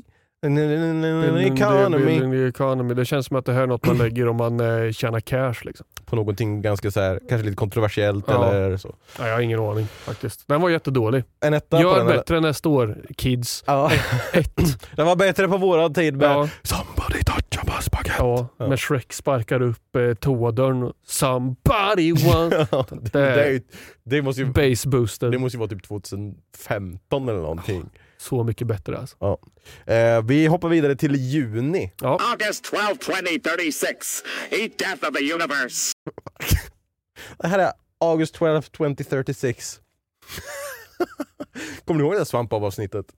Economy. Det känns som att det här är något man lägger om man tjänar cash liksom. På någonting ganska så här, kanske lite kontroversiellt eller så. Nej, jag har ingen aning faktiskt. Den var jättedålig. En etta gör på den, bättre nästa år, kids. Ja. 1. Den var bättre på våran tid med Somebody touch my spaghetti. Ja, när Shrek sparkar upp toadörren. Somebody want. det måste ju Base booster. Det måste ju vara typ 2015 eller någonting. Så mycket bättre alltså. Ja. Vi hoppar vidare till juni. Ja. August 12, 2036. Eat death of the universe. Det här är August 12, 2036. Kommer du ihåg det här svampavsnittet?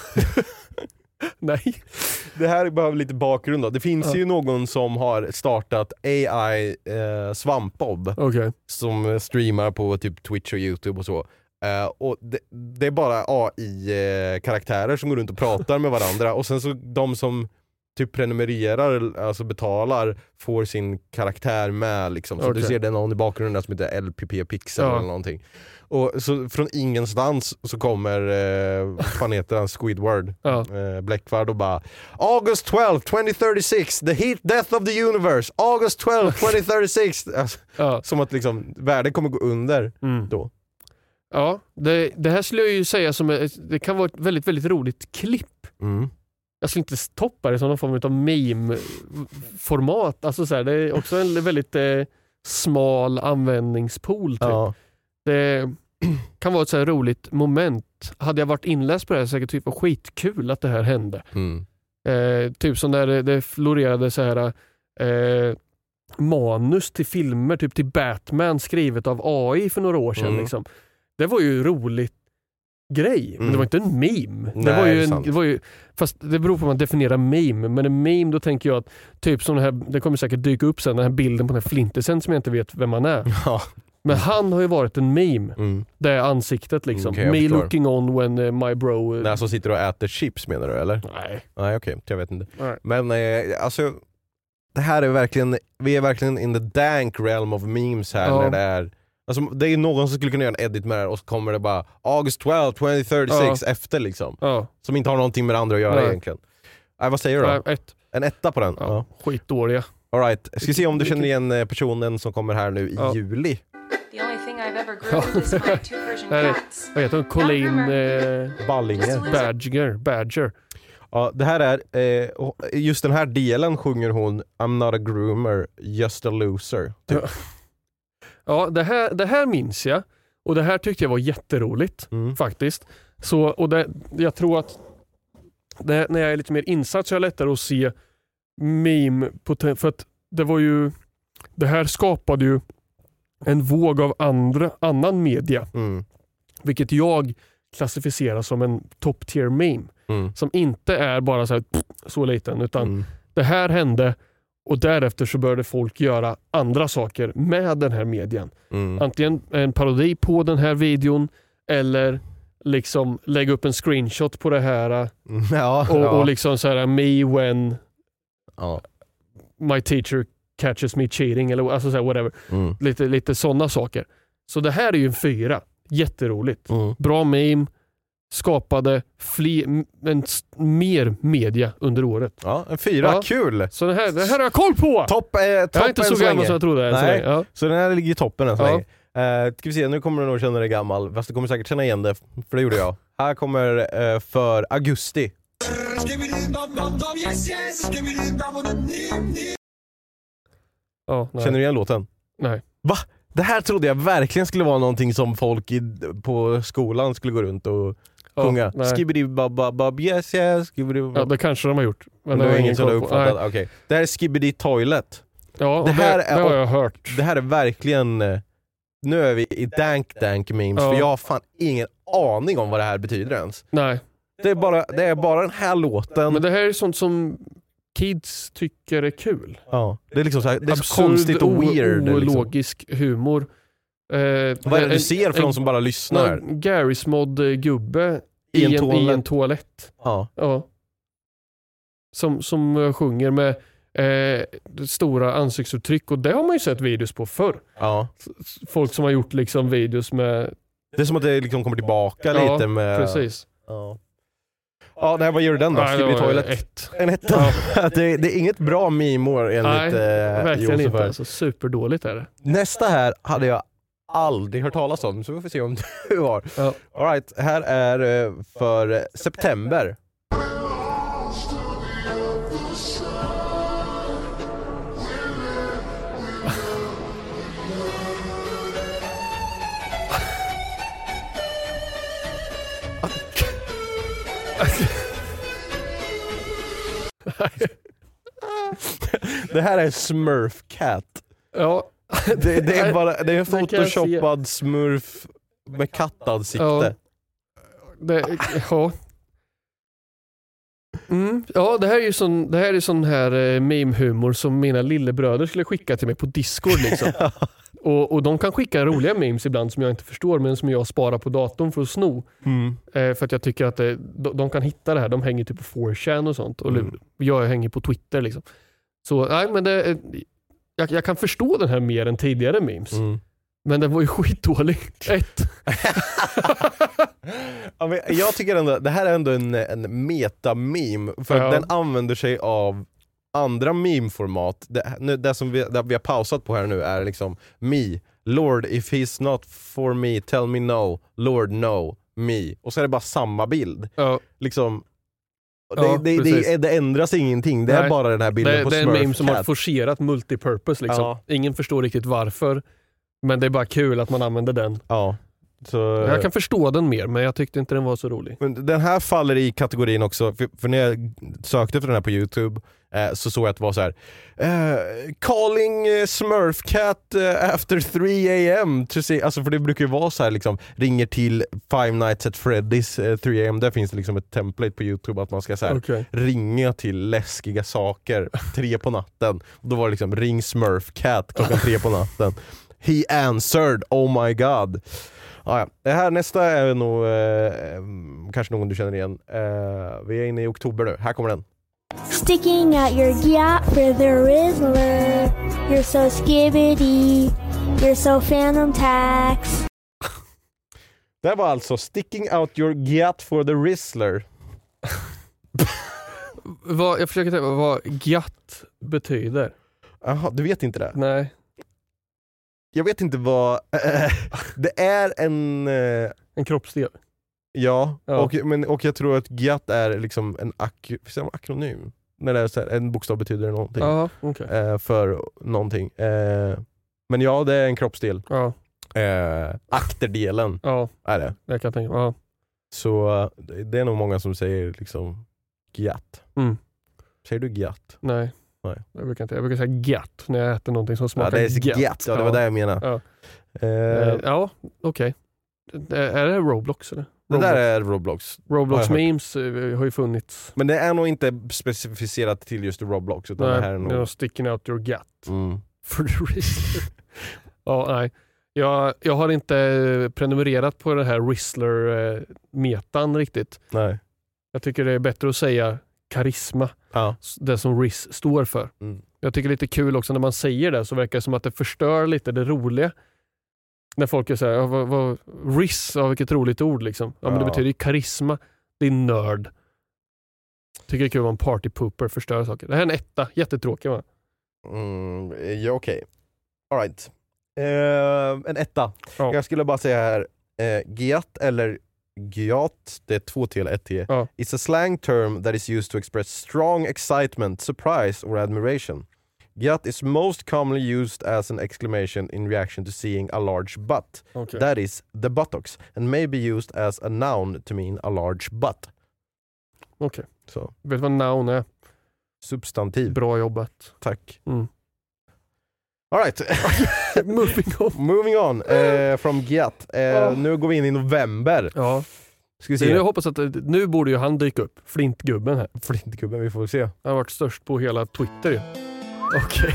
Nej. Det här behöver lite bakgrund då. Det finns ju någon som har startat AI Svampbob. Som streamar på typ Twitch och YouTube och så. Och det är bara AI-karaktärer som går runt och pratar med varandra. Och sen så de som typ prenumererar, alltså betalar, får sin karaktär med liksom. Så du ser det någon i bakgrunden där som heter LPP Pixel eller någonting. Och så från ingenstans så kommer fan heter han, Squidward, Bläckvard, och bara August 12, 2036, the heat death of the universe, August 12, 2036. Alltså, som att liksom världen kommer gå under då. Ja, det här skulle jag ju säga som det kan vara ett väldigt, väldigt roligt klipp. Jag skulle inte toppa det som någon form av meme-format. Alltså så här, det är också en väldigt smal användningspool typ. Det kan vara ett så här roligt moment. Hade jag varit inläst på det här så säkert typ var skitkul att det här hände. Typ som när det florerade så här manus till filmer, typ till Batman skrivet av AI för några år sedan liksom. Det var ju roligt grej, men det var inte en meme. Det var ju fast det beror på hur man definierar meme, men en meme, då tänker jag att typ som det här, det kommer säkert dyka upp sen, den här bilden på den här Flintesen som jag inte vet vem man är. Men han har ju varit en meme. Det är ansiktet liksom. Me looking on when my bro... När som sitter och äter chips, menar du, eller? Nej, okej, jag vet inte. Men alltså, det här är verkligen, vi är verkligen in the dank realm of memes här när det är... Alltså, det är någon som skulle kunna göra en edit med det och så kommer det bara August 12, 2036 efter liksom. Som inte har någonting med det andra att göra egentligen. Vad säger du då? En etta på den? Skitdåliga. All right. Ska vi se om du känner igen personen som kommer här nu i juli. The only thing I've ever grilled is my 2 Persian cats. Vad heter hon? Colleen Ballinger. Badger. Ja, det här är just den här delen sjunger hon I'm not a groomer, just a loser. Typ. Ja, det här minns jag. Och det här tyckte jag var jätteroligt faktiskt. Så, och jag tror att när jag är lite mer insatt så är det lättare att se meme för att det var ju, det här skapade ju en våg av annan media. Vilket jag klassificerar som en top tier meme. Som inte är bara så här, så liten, utan det här hände och därefter så började folk göra andra saker med den här medien. Antingen en parodi på den här videon eller liksom lägga upp en screenshot på det här och liksom så här me when my teacher catches me cheating eller alltså så här, whatever. Lite sådana saker. Så det här är ju en 4. Jätteroligt. Bra meme. Skapade mer media under året. Ja, en 4. Kul! Så det här har jag koll på! Topp jag är inte så gammal som jag trodde. Nej. Så den här ligger i toppen än så länge. Ska vi se, nu kommer du nog känna dig gammal. Fast du kommer säkert känna igen det, för det gjorde jag. Här kommer för augusti. Känner du igen låten? Nej. Va? Det här trodde jag verkligen skulle vara någonting som folk på skolan skulle gå runt och sjunga. Skibidi-bab-bab, yes, yes. Ja, det kanske de har gjort. Men det var ingen som har uppfattat. Okay. Det här är Skibidi Toilet. Ja, det här det har jag hört. Det här är verkligen, nu är vi i dank memes, för jag har fan ingen aning om vad det här betyder ens. Nej. Det är bara den här låten. Men det här är sånt som kids tycker är kul. Ja, det är liksom så här, det är absurd, så konstigt och weird. Ologisk humor. Vad är det du ser för de som bara lyssnar? Garry's Mod-gubbe i en toalett. Ja. Som sjunger med stora ansiktsuttryck, och det har man ju sett videos på förr. Ja. Folk som har gjort liksom videos med... Det är som att det liksom kommer tillbaka lite med... Precis. Ja, det här, vad gör du den då? Nej, det var en etta. Ja. det är inget bra meme-år enligt verkligen Josef. inte. Alltså, superdåligt är det. Nästa här hade jag aldrig hört talas om, så vi får se om du har. Ja. All right, här är för september. Det här är Smurf Cat. Ja. Det är en photoshoppad smurf med kattansikte. Ja. Ja, det här är sån här meme-humor som mina lillebröder skulle skicka till mig på Discord liksom. Och de kan skicka roliga memes ibland som jag inte förstår, men som jag sparar på datorn för att sno. För att jag tycker att de kan hitta det här. De hänger typ på 4chan och sånt. Och jag hänger på Twitter liksom. Så nej, men jag kan förstå den här mer än tidigare memes. Men den var ju skitdålig. Ja, men jag tycker ändå, det här är ändå en meta-meme. För att den använder sig av andra meme-format. Det som vi har pausat på här nu är liksom me, Lord if he's not for me, tell me no, Lord no, me. Och så är det bara samma bild. Liksom, det ändras ingenting. Det är bara den här bilden på Smurf Cat. Det är en meme som har forcerat multipurpose liksom. Ingen förstår riktigt varför. Men det är bara kul att man använder den. Ja. Så... Jag kan förstå den mer, men jag tyckte inte den var så rolig. Men den här faller i kategorin också, för när jag sökte efter den här på YouTube så såg jag att det var så här: calling Smurf Cat after 3 AM to see. Alltså, för det brukar ju vara så här liksom, ringer till Five Nights at Freddy's 3 AM. Där finns det liksom ett template på YouTube att man ska så här, ringa till läskiga saker 3 på natten. Och då var det liksom, ring Smurf Cat klockan 3 på natten. He answered, oh my god. Ja. Det här nästa är nog kanske någon du känner igen. Vi är inne i oktober nu. Här kommer den. Sticking out your gat for the Rizzler. You're so skibbity. You're so Phantom Tax. Det var alltså Sticking out your gat for the Rizzler. Jag försöker tänka vad gat betyder. Jaha, du vet inte det? Nej. Jag vet inte vad... det är en kroppsdel. Ja. Och jag tror att GATT är liksom en akronym. När det är så här, en bokstav betyder någonting. För någonting. Men ja, det är en kroppsdel. Akterdelen är det. Jag kan tänka. Så det är nog många som säger liksom GATT. Säger du GATT? Nej. Jag brukar säga GATT när jag äter någonting som smakar GATT. Ja, det var det jag menade. Okej. Är det Roblox eller? Det där är Roblox. Roblox memes har ju funnits. Men det är nog inte specificerat till just Roblox, utan det här är nog... sticking out your gut. For the Rizzler. Nej. Jag har inte prenumererat på den här Rizzler-metan riktigt. Nej. Jag tycker det är bättre att säga karisma. Det som Riz står för. Jag tycker det är lite kul också när man säger det, så verkar det som att det förstör lite det roliga. När folk är såhär, Riz, vilket roligt ord liksom. Men det betyder ju karisma. Det är nörd. Tycker det är kul att vara en partypooper, förstör saker. Det här är en etta, jättetråkig va? Ja, okej. All right. En etta. Jag skulle bara säga här, GATT eller GATT, det är 2 T eller 1 T. It's a slang term that is used to express strong excitement, surprise or admiration. GATT is most commonly used as an exclamation in reaction to seeing a large butt. That is, the buttocks, and may be used as a noun to mean a large butt. Så. Vet du vad noun är? Substantiv. Bra jobbat. Tack. All right. Moving on from Giat. Nu går vi in i november. Ja. Ska vi se. Jag hoppas att nu borde ju han dyka upp. Flintgubben här. Flintgubben, vi får se. Han har varit störst på hela Twitter ju. Okej.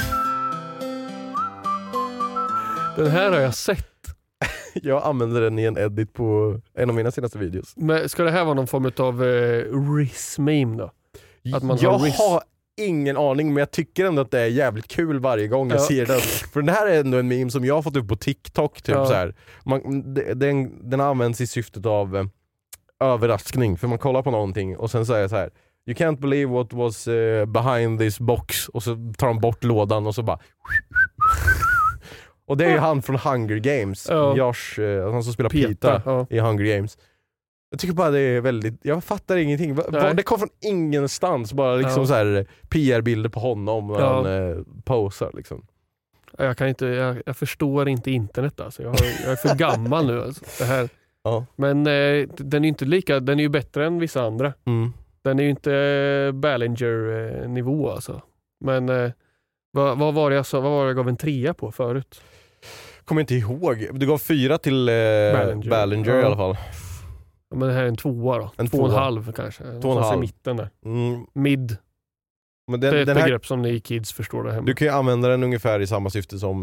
Den här har jag sett. Jag använder den i en edit på en av mina senaste videos. Men ska det här vara någon form av Riz-meme då? Att man jag har har ingen aning, men jag tycker ändå att det är jävligt kul varje gång jag ser den. För den här är ändå en meme som jag har fått upp på TikTok typ så här. Den används i syftet av överraskning, för man kollar på någonting och sen säger så här: you can't believe what was behind this box, och så tar de bort lådan och så bara och det är ju han från Hunger Games, Josh, han som spelar Peter i Hunger Games. Jag tycker bara det är väldigt, jag fattar ingenting. Det kom från ingenstans, bara liksom så här PR-bilder på honom när han posar liksom. Jag kan inte, jag förstår inte internet alltså. Jag är för gammal nu alltså, det här. Ja. Men den är inte lika, den är ju bättre än vissa andra. Den är ju inte Ballinger-nivå alltså. Men vad var det jag sa? Vad var det jag gav en 3 på förut? Kommer inte ihåg. Du gav 4 till Ballinger i alla fall. Ja, men det här är en 2 då. En 2,5 kanske. 2,5 i mitten där. Mid. Men det är ett begrepp som ni kids förstår det hemma. Du kan ju använda den ungefär i samma syfte som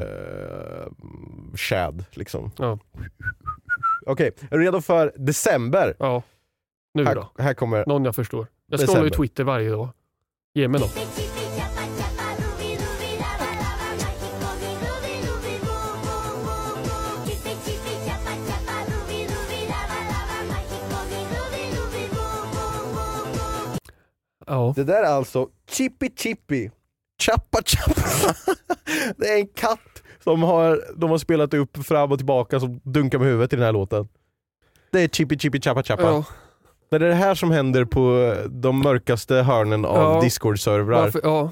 Chad liksom. Ja. Okej, är du redo för december? Ja. Nu då. Här kommer någon jag förstår. Jag scrollar ju Twitter varje dag. Ge mig då. Ja. Det där är alltså Chippy Chippy Chappa Chappa. Det är en katt som de har spelat upp fram och tillbaka, som dunkar med huvudet i den här låten. Det är Chippy Chippy Chappa Chappa. Ja. Det är det här som händer på de mörkaste hörnen av Discord-servrar. Ja,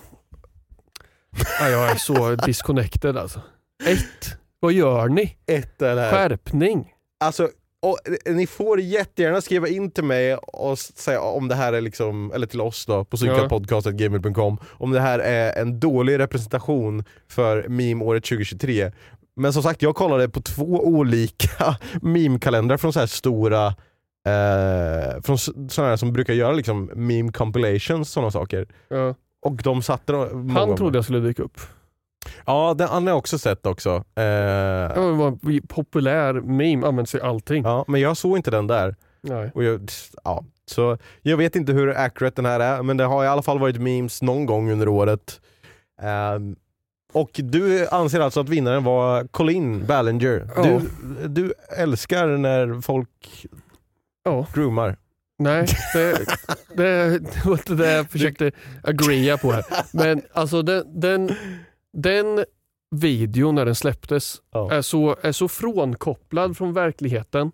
jag är så disconnected alltså. Vad gör ni? Skärpning. Alltså, och ni får jättegärna skriva in till mig och säga om det här är liksom, eller till oss då på cykelpodcast@gmail.com, om det här är en dålig representation för meme-året 2023. Men som sagt, jag kollade på 2 olika meme-kalendrar från så här stora från sådana här som brukar göra liksom meme compilations, sådana saker. Ja. Och de satte han trodde jag skulle dyka upp. Ja, den har jag också sett också. Det var populär meme, används i allting. Ja, men jag såg inte den där. Nej. Och så jag vet inte hur accurate den här är, men det har i alla fall varit memes någon gång under året. Och du anser alltså att vinnaren var Colin Ballinger. Ja. Du älskar när folk groomar. Nej, det var inte det jag försökte agreea på här. Men alltså den videon när den släpptes är så frånkopplad från verkligheten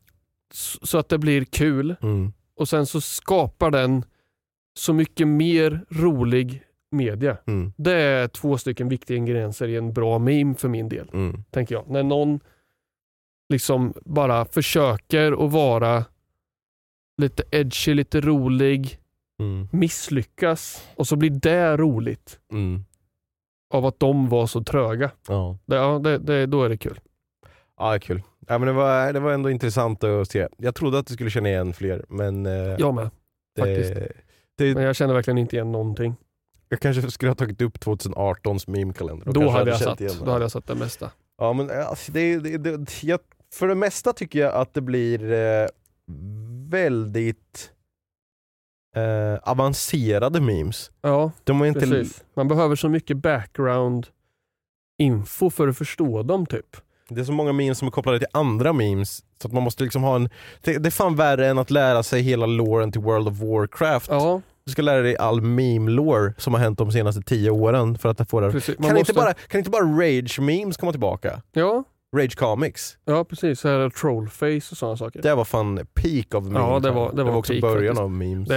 så att det blir kul. Och sen så skapar den så mycket mer rolig media. Det är 2 stycken viktiga ingredienser i en bra meme för min del, tänker jag. När någon liksom bara försöker att vara lite edgy, lite rolig, misslyckas, och så blir det roligt av att de var så tröga. Då är det kul. Ja, det är kul. Ja, men det var ändå intressant att se. Jag trodde att du skulle känna igen fler, men jag med, faktiskt. Men jag känner verkligen inte igen någonting. Jag kanske skulle ha tagit upp 2018s meme-kalender. Då hade jag satt det mesta. Ja, men alltså, för det mesta tycker jag att det blir väldigt avancerade memes. Ja, de är inte precis. Man behöver så mycket background info för att förstå dem typ. Det är så många memes som är kopplade till andra memes, så att man måste liksom ha det är fan värre än att lära sig hela loren till World of Warcraft. Ja. Du ska lära dig all meme-lore som har hänt de senaste 10 åren för att få det. Kan inte bara rage-memes komma tillbaka? Ja. Rage Comics. Ja, precis. Så här trollface och sådana saker. Det var fan peak of memes. Ja, det var också peak, början faktiskt. av memes.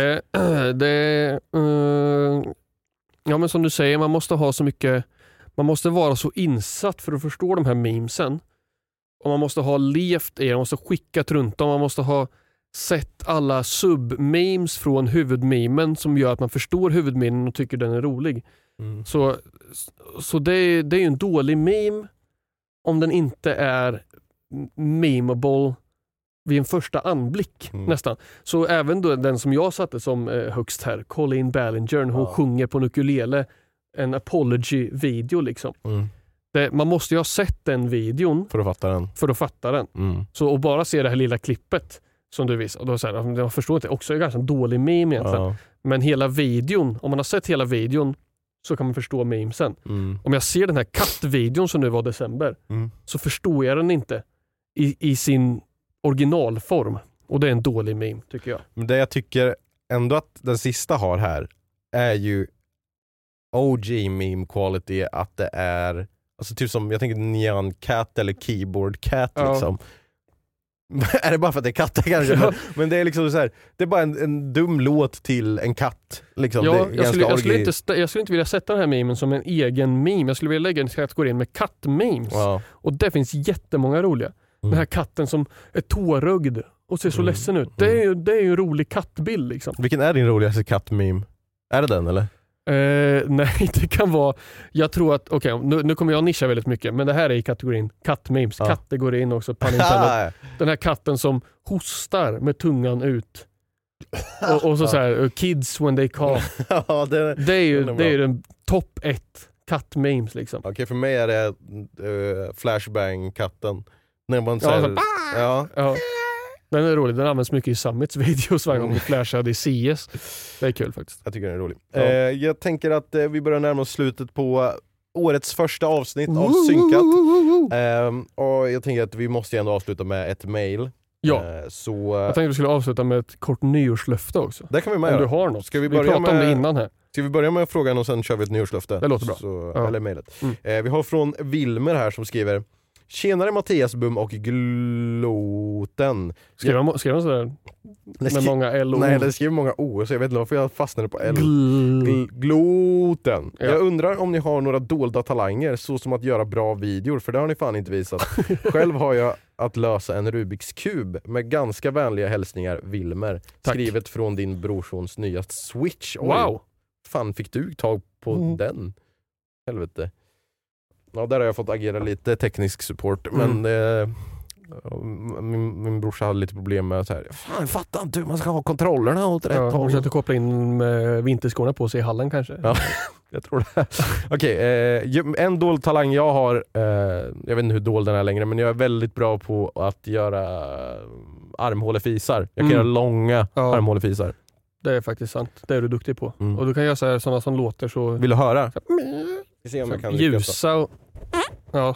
Ja, men som du säger, man måste ha så mycket, man måste vara så insatt för att förstå de här memesen. Och man måste ha levt i, man måste skickat runt dem, man måste ha sett alla sub-memes från huvudmemen som gör att man förstår huvudmemen och tycker den är rolig. Så det är ju en dålig meme om den inte är memeable vid en första anblick nästan. Så även då den som jag satte som högst här, Colleen Ballinger, hon sjunger på en ukulele, en apology-video liksom. Man måste ju ha sett den videon för att fatta den. Så och bara se det här lilla klippet som du visar, och då säger jag förstår inte, också är ganska en dålig meme egentligen. Men hela videon, om man har sett hela videon så kan man förstå memesen. Om jag ser den här kattvideon som nu var december så förstår jag den inte i sin originalform. Och det är en dålig meme tycker jag. Men det jag tycker ändå att den sista har här är ju OG meme quality, att det är alltså typ som, jag tänker Nyan Cat eller Keyboard Cat liksom. Är det bara för att det är katter kanske? Men det är liksom så här, det är bara en dum låt till en katt liksom. Jag skulle inte vilja sätta den här memen som en egen meme. Jag skulle vilja lägga en kategori med kattmemes. Och det finns jättemånga roliga. Den här katten som är tårögd och ser så ledsen ut. Det är ju en rolig kattbild liksom. Vilken är din roligaste kattmeme? Är det den eller? Nej, det kan vara, jag tror att nu kommer jag nischa väldigt mycket, men det här är i kategorin kattmemes. Katter går in också. Den här katten som hostar med tungan ut och så här kids when they cough. Det är ju den topp 1 kattmemes liksom. Okej, för mig är det Flashbang-katten. När man Den är rolig, den används mycket i Summits videos varje gång vi flashade i CS. Det är kul faktiskt. Jag tycker den är rolig. Jag tänker att vi börjar närma oss slutet på årets första avsnitt av Synkat. Och jag tänker att vi måste ändå avsluta med ett mail. Så jag tänkte att vi skulle avsluta med ett kort nyårslöfte också. Det kan vi med. Om du har något. Ska vi pratade om det innan här. Ska vi börja med frågan och sen kör vi ett nyårslöfte? Det låter bra. Eller mejlet. Vi har från Wilmer här som skriver: Tjenare Mattias Bum och Gloten. Skrev han sådär med många L och Nej, det skriver många O, så jag vet inte varför jag fastnade på L. Gloten. Jag undrar om ni har några dolda talanger, så som att göra bra videor, för det har ni fan inte visat. Själv har jag att lösa en Rubiks kub. Med ganska vänliga hälsningar, Wilmer. Tack. Skrivet från din brorsons nya Switch. Oj, wow. Fan, fick du tag på den? Helvete. Ja, där har jag fått agera lite teknisk support, men min brorsa hade lite problem med så här. Fan, jag fattar inte hur man ska ha kontrollerna åt rätt håll. Jag försökte koppla in med vinterskorna på sig i hallen kanske. Ja, jag tror det. Okej, en dold talang jag har, jag vet inte hur dold den är längre, men jag är väldigt bra på att göra armhålefisar. Jag kan göra långa armhålefisar. Det är faktiskt sant. Det är du duktig på. Och du kan göra sådana som låter så... Vill du höra? Vi ser om jag kan ljusa och... Ja.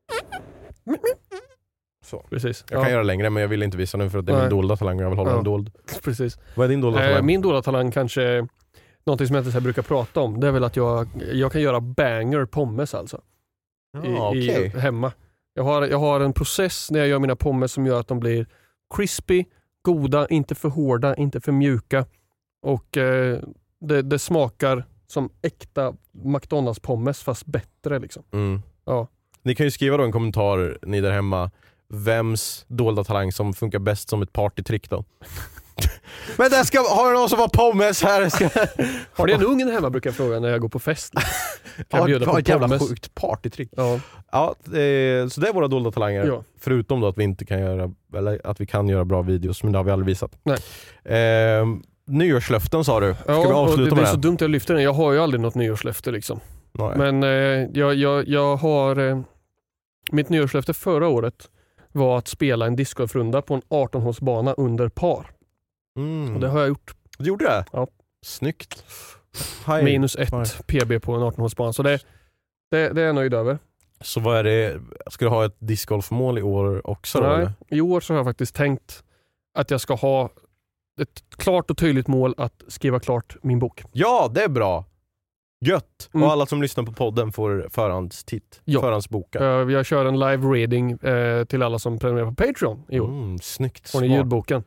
Så. Precis. Jag kan göra längre, men jag vill inte visa nu för att det är min dolda talang och jag vill hålla den dold. Precis. Vad är din dolda talang? Min dolda talang kanske... Någonting som jag inte så här brukar prata om. Det är väl att jag kan göra banger pommes alltså. Hemma. Jag har en process när jag gör mina pommes som gör att de blir crispy, goda, inte för hårda, inte för mjuka. Och det smakar som äkta McDonalds pommes fast bättre liksom. Ja. Ni kan ju skriva då en kommentar, ni där hemma, vems dolda talang som funkar bäst som ett partytrick då. Men har du någon som var pommes här? Har du en ungen hemma, brukar jag fråga när jag går på fest. Kan jag bjuda på ett jävla sjukt partytrick. Så det är våra dolda talanger. Ja. Förutom då att vi inte kan göra, eller att vi kan göra bra videos, men det har vi aldrig visat. Nej. Nyårslöften sa du. Ska vi avsluta med det? Det är så dumt att jag lyfter den. Jag har ju aldrig något nyårslöfte liksom. Nej. Men jag har... mitt nyårslöfte förra året var att spela en discgolfrunda på en 18-hålsbana under par. Och det har jag gjort. Du gjorde det? Ja. Snyggt. -1 PB på en 18-hålsbana. Så det är jag nöjd över. Så vad är det? Ska du ha ett discgolfmål i år också? Nej, eller? I år så har jag faktiskt tänkt att jag ska ha ett klart och tydligt mål att skriva klart min bok. Ja, det är bra. Gött. Och alla som lyssnar på podden får förhandsboka. Jag kör en live reading till alla som prenumererar på Patreon i år. Snyggt. Får ni ljudboken.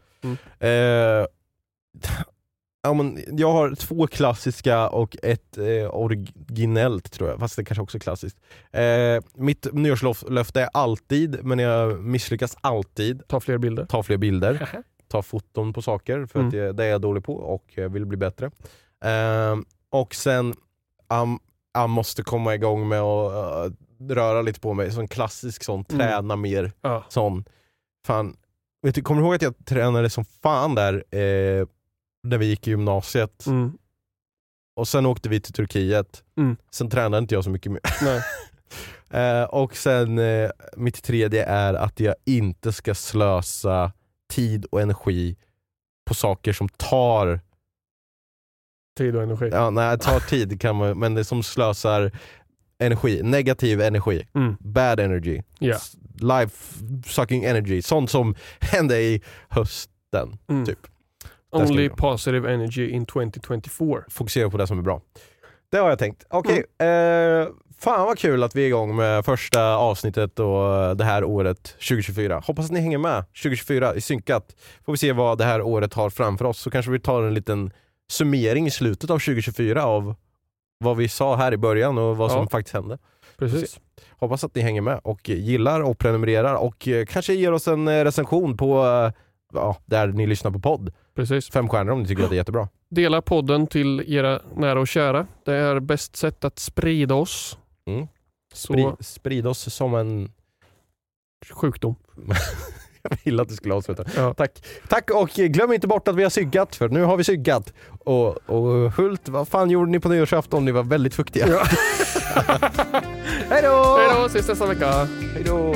Men jag har 2 klassiska och ett originellt tror jag. Fast det kanske också är klassiskt. Mitt nyårslöfte är alltid, men jag misslyckas alltid. Ta fler bilder. Ta foton på saker för att det är jag dålig på och vill bli bättre. Och sen jag måste komma igång med att röra lite på mig. Sån klassisk sån, träna mer. Sån, fan. Vet du, kommer du ihåg att jag tränade som fan där när vi gick i gymnasiet? Och sen åkte vi till Turkiet. Sen tränade inte jag så mycket mer. Nej. Och sen mitt tredje är att jag inte ska slösa tid och energi på saker som tar tid och energi. Ja, nej, tar tid kan man, men det som slösar energi, negativ energi, bad energy, life sucking energy, sånt som hände i hösten typ. Only positive energy in 2024. Fokusera på det som är bra. Det har jag tänkt. Okej, fan vad kul att vi är igång med första avsnittet och det här året 2024. Hoppas att ni hänger med 2024 i synkat. Får vi se vad det här året har framför oss, så kanske vi tar en liten summering i slutet av 2024 av vad vi sa här i början och vad som faktiskt hände. Precis. Hoppas att ni hänger med och gillar och prenumererar och kanske ger oss en recension på där ni lyssnar på podd. Precis. 5 stjärnor om ni tycker att det är jättebra. Dela podden till era nära och kära. Det är bäst sätt att sprida oss. Sprida oss som en sjukdom. Jag vill att du skulle avsluta. Ja. Tack och glöm inte bort att vi har syggat, för nu har vi syggat. Och Hult, vad fan gjorde ni på nyårsafton? Ni var väldigt fuktiga. Ja. Hej då! Hej då, ses nästa vecka. Hej då!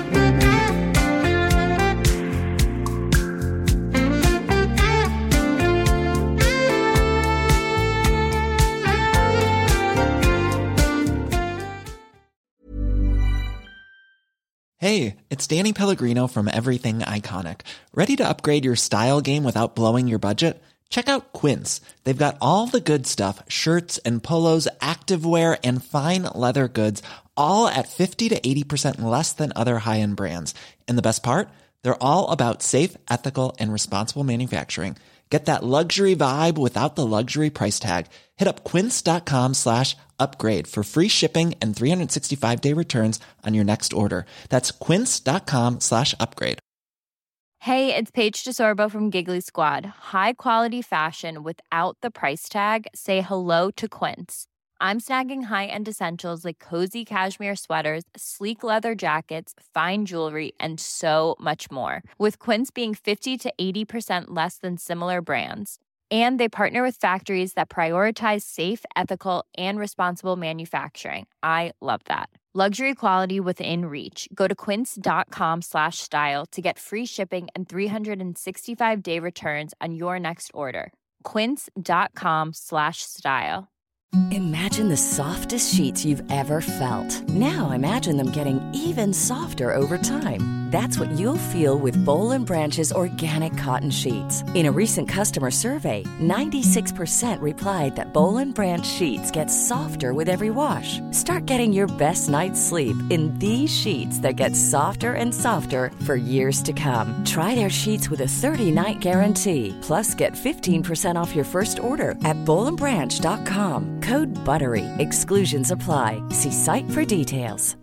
Hey, it's Danny Pellegrino from Everything Iconic. Ready to upgrade your style game without blowing your budget? Check out Quince. They've got all the good stuff, shirts and polos, activewear, and fine leather goods, all at 50 to 80% less than other high-end brands. And the best part? They're all about safe, ethical, and responsible manufacturing. Get that luxury vibe without the luxury price tag. Hit up quince.com/upgrade for free shipping and 365-day returns on your next order. That's quince.com/upgrade. Hey, it's Paige DeSorbo from Giggly Squad. High quality fashion without the price tag. Say hello to Quince. I'm snagging high-end essentials like cozy cashmere sweaters, sleek leather jackets, fine jewelry, and so much more. With Quince being 50 to 80% less than similar brands. And they partner with factories that prioritize safe, ethical, and responsible manufacturing. I love that. Luxury quality within reach. Go to quince.com/style to get free shipping and 365-day returns on your next order. Quince.com/style. Imagine the softest sheets you've ever felt. Now imagine them getting even softer over time. That's what you'll feel with Boll & Branch's organic cotton sheets. In a recent customer survey, 96% replied that Boll & Branch sheets get softer with every wash. Start getting your best night's sleep in these sheets that get softer and softer for years to come. Try their sheets with a 30-night guarantee. Plus, get 15% off your first order at bollandbranch.com. Code BUTTERY. Exclusions apply. See site for details.